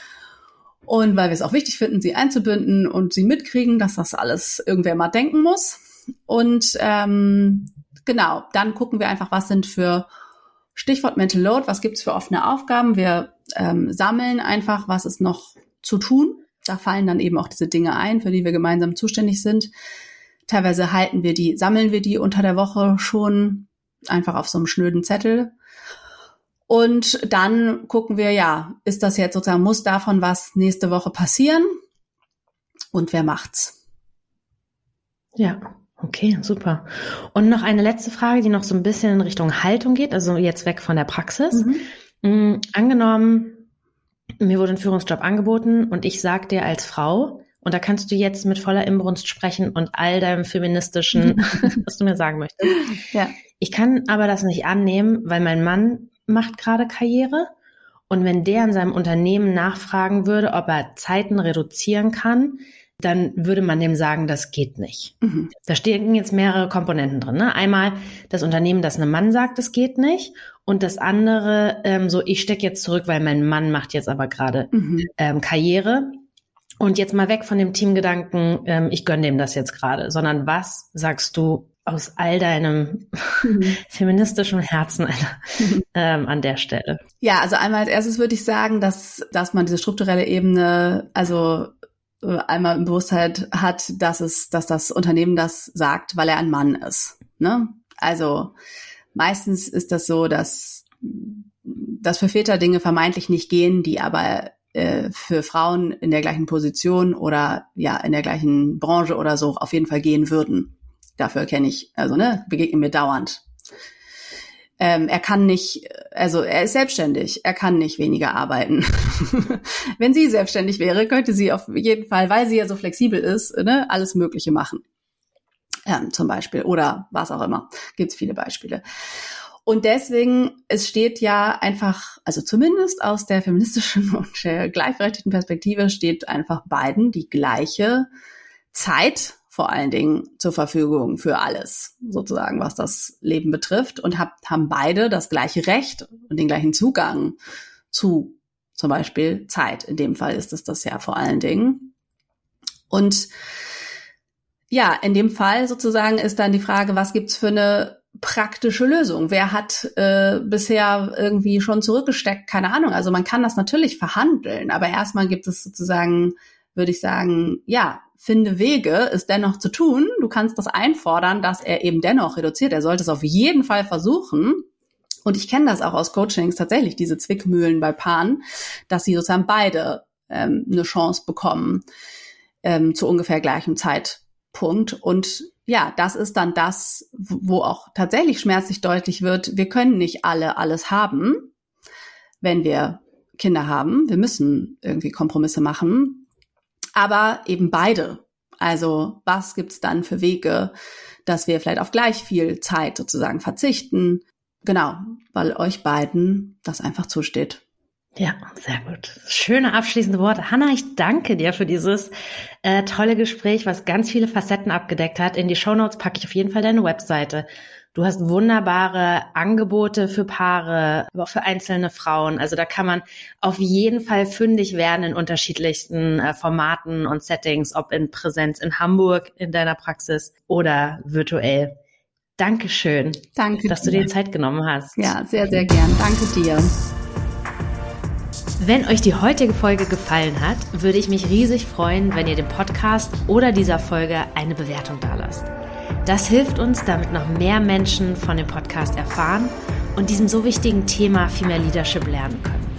Und weil wir es auch wichtig finden, sie einzubinden und sie mitkriegen, dass das alles irgendwer mal denken muss. Und genau, dann gucken wir einfach, was sind für Stichwort Mental Load, was gibt's für offene Aufgaben? Wir sammeln einfach, was ist noch zu tun. Da fallen dann eben auch diese Dinge ein, für die wir gemeinsam zuständig sind. Teilweise sammeln wir die unter der Woche schon einfach auf so einem schnöden Zettel. Und dann gucken wir, ist das jetzt sozusagen, muss davon was nächste Woche passieren? Und wer macht's? Ja. Okay, super. Und noch eine letzte Frage, die noch so ein bisschen in Richtung Haltung geht, also jetzt weg von der Praxis. Angenommen, mir wurde ein Führungsjob angeboten und ich sag dir als Frau, und da kannst du jetzt mit voller Inbrunst sprechen und all deinem feministischen, was du mir sagen möchtest. Ja. Ich kann aber das nicht annehmen, weil mein Mann macht gerade Karriere. Und wenn der in seinem Unternehmen nachfragen würde, ob er Zeiten reduzieren kann, dann würde man dem sagen, das geht nicht. Da stehen jetzt mehrere Komponenten drin. Ne? Einmal das Unternehmen, das einem Mann sagt, das geht nicht. Und das andere, ich stecke jetzt zurück, weil mein Mann macht jetzt aber gerade Karriere. Und jetzt mal weg von dem Teamgedanken, ich gönne dem das jetzt gerade. Sondern was sagst du aus all deinem feministischen Herzen an der Stelle? Ja, also einmal als erstes würde ich sagen, dass man diese strukturelle Ebene, also einmal im Bewusstheit hat, dass das Unternehmen das sagt, weil er ein Mann ist. Ne? Also meistens ist das so, dass für Väter Dinge vermeintlich nicht gehen, die aber für Frauen in der gleichen Position oder in der gleichen Branche oder so auf jeden Fall gehen würden. Dafür begegnen mir dauernd. Er kann nicht, also er ist selbstständig, er kann nicht weniger arbeiten. Wenn sie selbstständig wäre, könnte sie auf jeden Fall, weil sie ja so flexibel ist, ne, alles Mögliche machen. Zum Beispiel, oder was auch immer. Gibt es viele Beispiele. Und deswegen, es steht ja einfach, also zumindest aus der feministischen und der gleichberechtigten Perspektive steht einfach beiden die gleiche Zeit vor allen Dingen zur Verfügung für alles, sozusagen, was das Leben betrifft und haben beide das gleiche Recht und den gleichen Zugang zu zum Beispiel Zeit. In dem Fall ist es das ja vor allen Dingen. Und in dem Fall sozusagen ist dann die Frage, was gibt's für eine praktische Lösung? Wer hat bisher irgendwie schon zurückgesteckt? Keine Ahnung. Also man kann das natürlich verhandeln, aber erstmal gibt es sozusagen, würde ich sagen, finde Wege, es dennoch zu tun. Du kannst das einfordern, dass er eben dennoch reduziert. Er sollte es auf jeden Fall versuchen. Und ich kenne das auch aus Coachings tatsächlich, diese Zwickmühlen bei Paaren, dass sie sozusagen beide eine Chance bekommen zu ungefähr gleichem Zeitpunkt. Und ja, das ist dann das, wo auch tatsächlich schmerzlich deutlich wird, wir können nicht alle alles haben, wenn wir Kinder haben. Wir müssen irgendwie Kompromisse machen, aber eben beide. Also was gibt's dann für Wege, dass wir vielleicht auf gleich viel Zeit sozusagen verzichten? Genau, weil euch beiden das einfach zusteht. Ja, sehr gut. Schöne abschließende Worte. Hannah, ich danke dir für dieses tolle Gespräch, was ganz viele Facetten abgedeckt hat. In die Shownotes packe ich auf jeden Fall deine Webseite. Du hast wunderbare Angebote für Paare, aber auch für einzelne Frauen. Also da kann man auf jeden Fall fündig werden in unterschiedlichsten Formaten und Settings, ob in Präsenz in Hamburg in deiner Praxis oder virtuell. Dankeschön, dass du dir Zeit genommen hast. Ja, sehr, sehr gern. Danke dir. Wenn euch die heutige Folge gefallen hat, würde ich mich riesig freuen, wenn ihr dem Podcast oder dieser Folge eine Bewertung dalasst. Das hilft uns, damit noch mehr Menschen von dem Podcast erfahren und diesem so wichtigen Thema Female Leadership lernen können.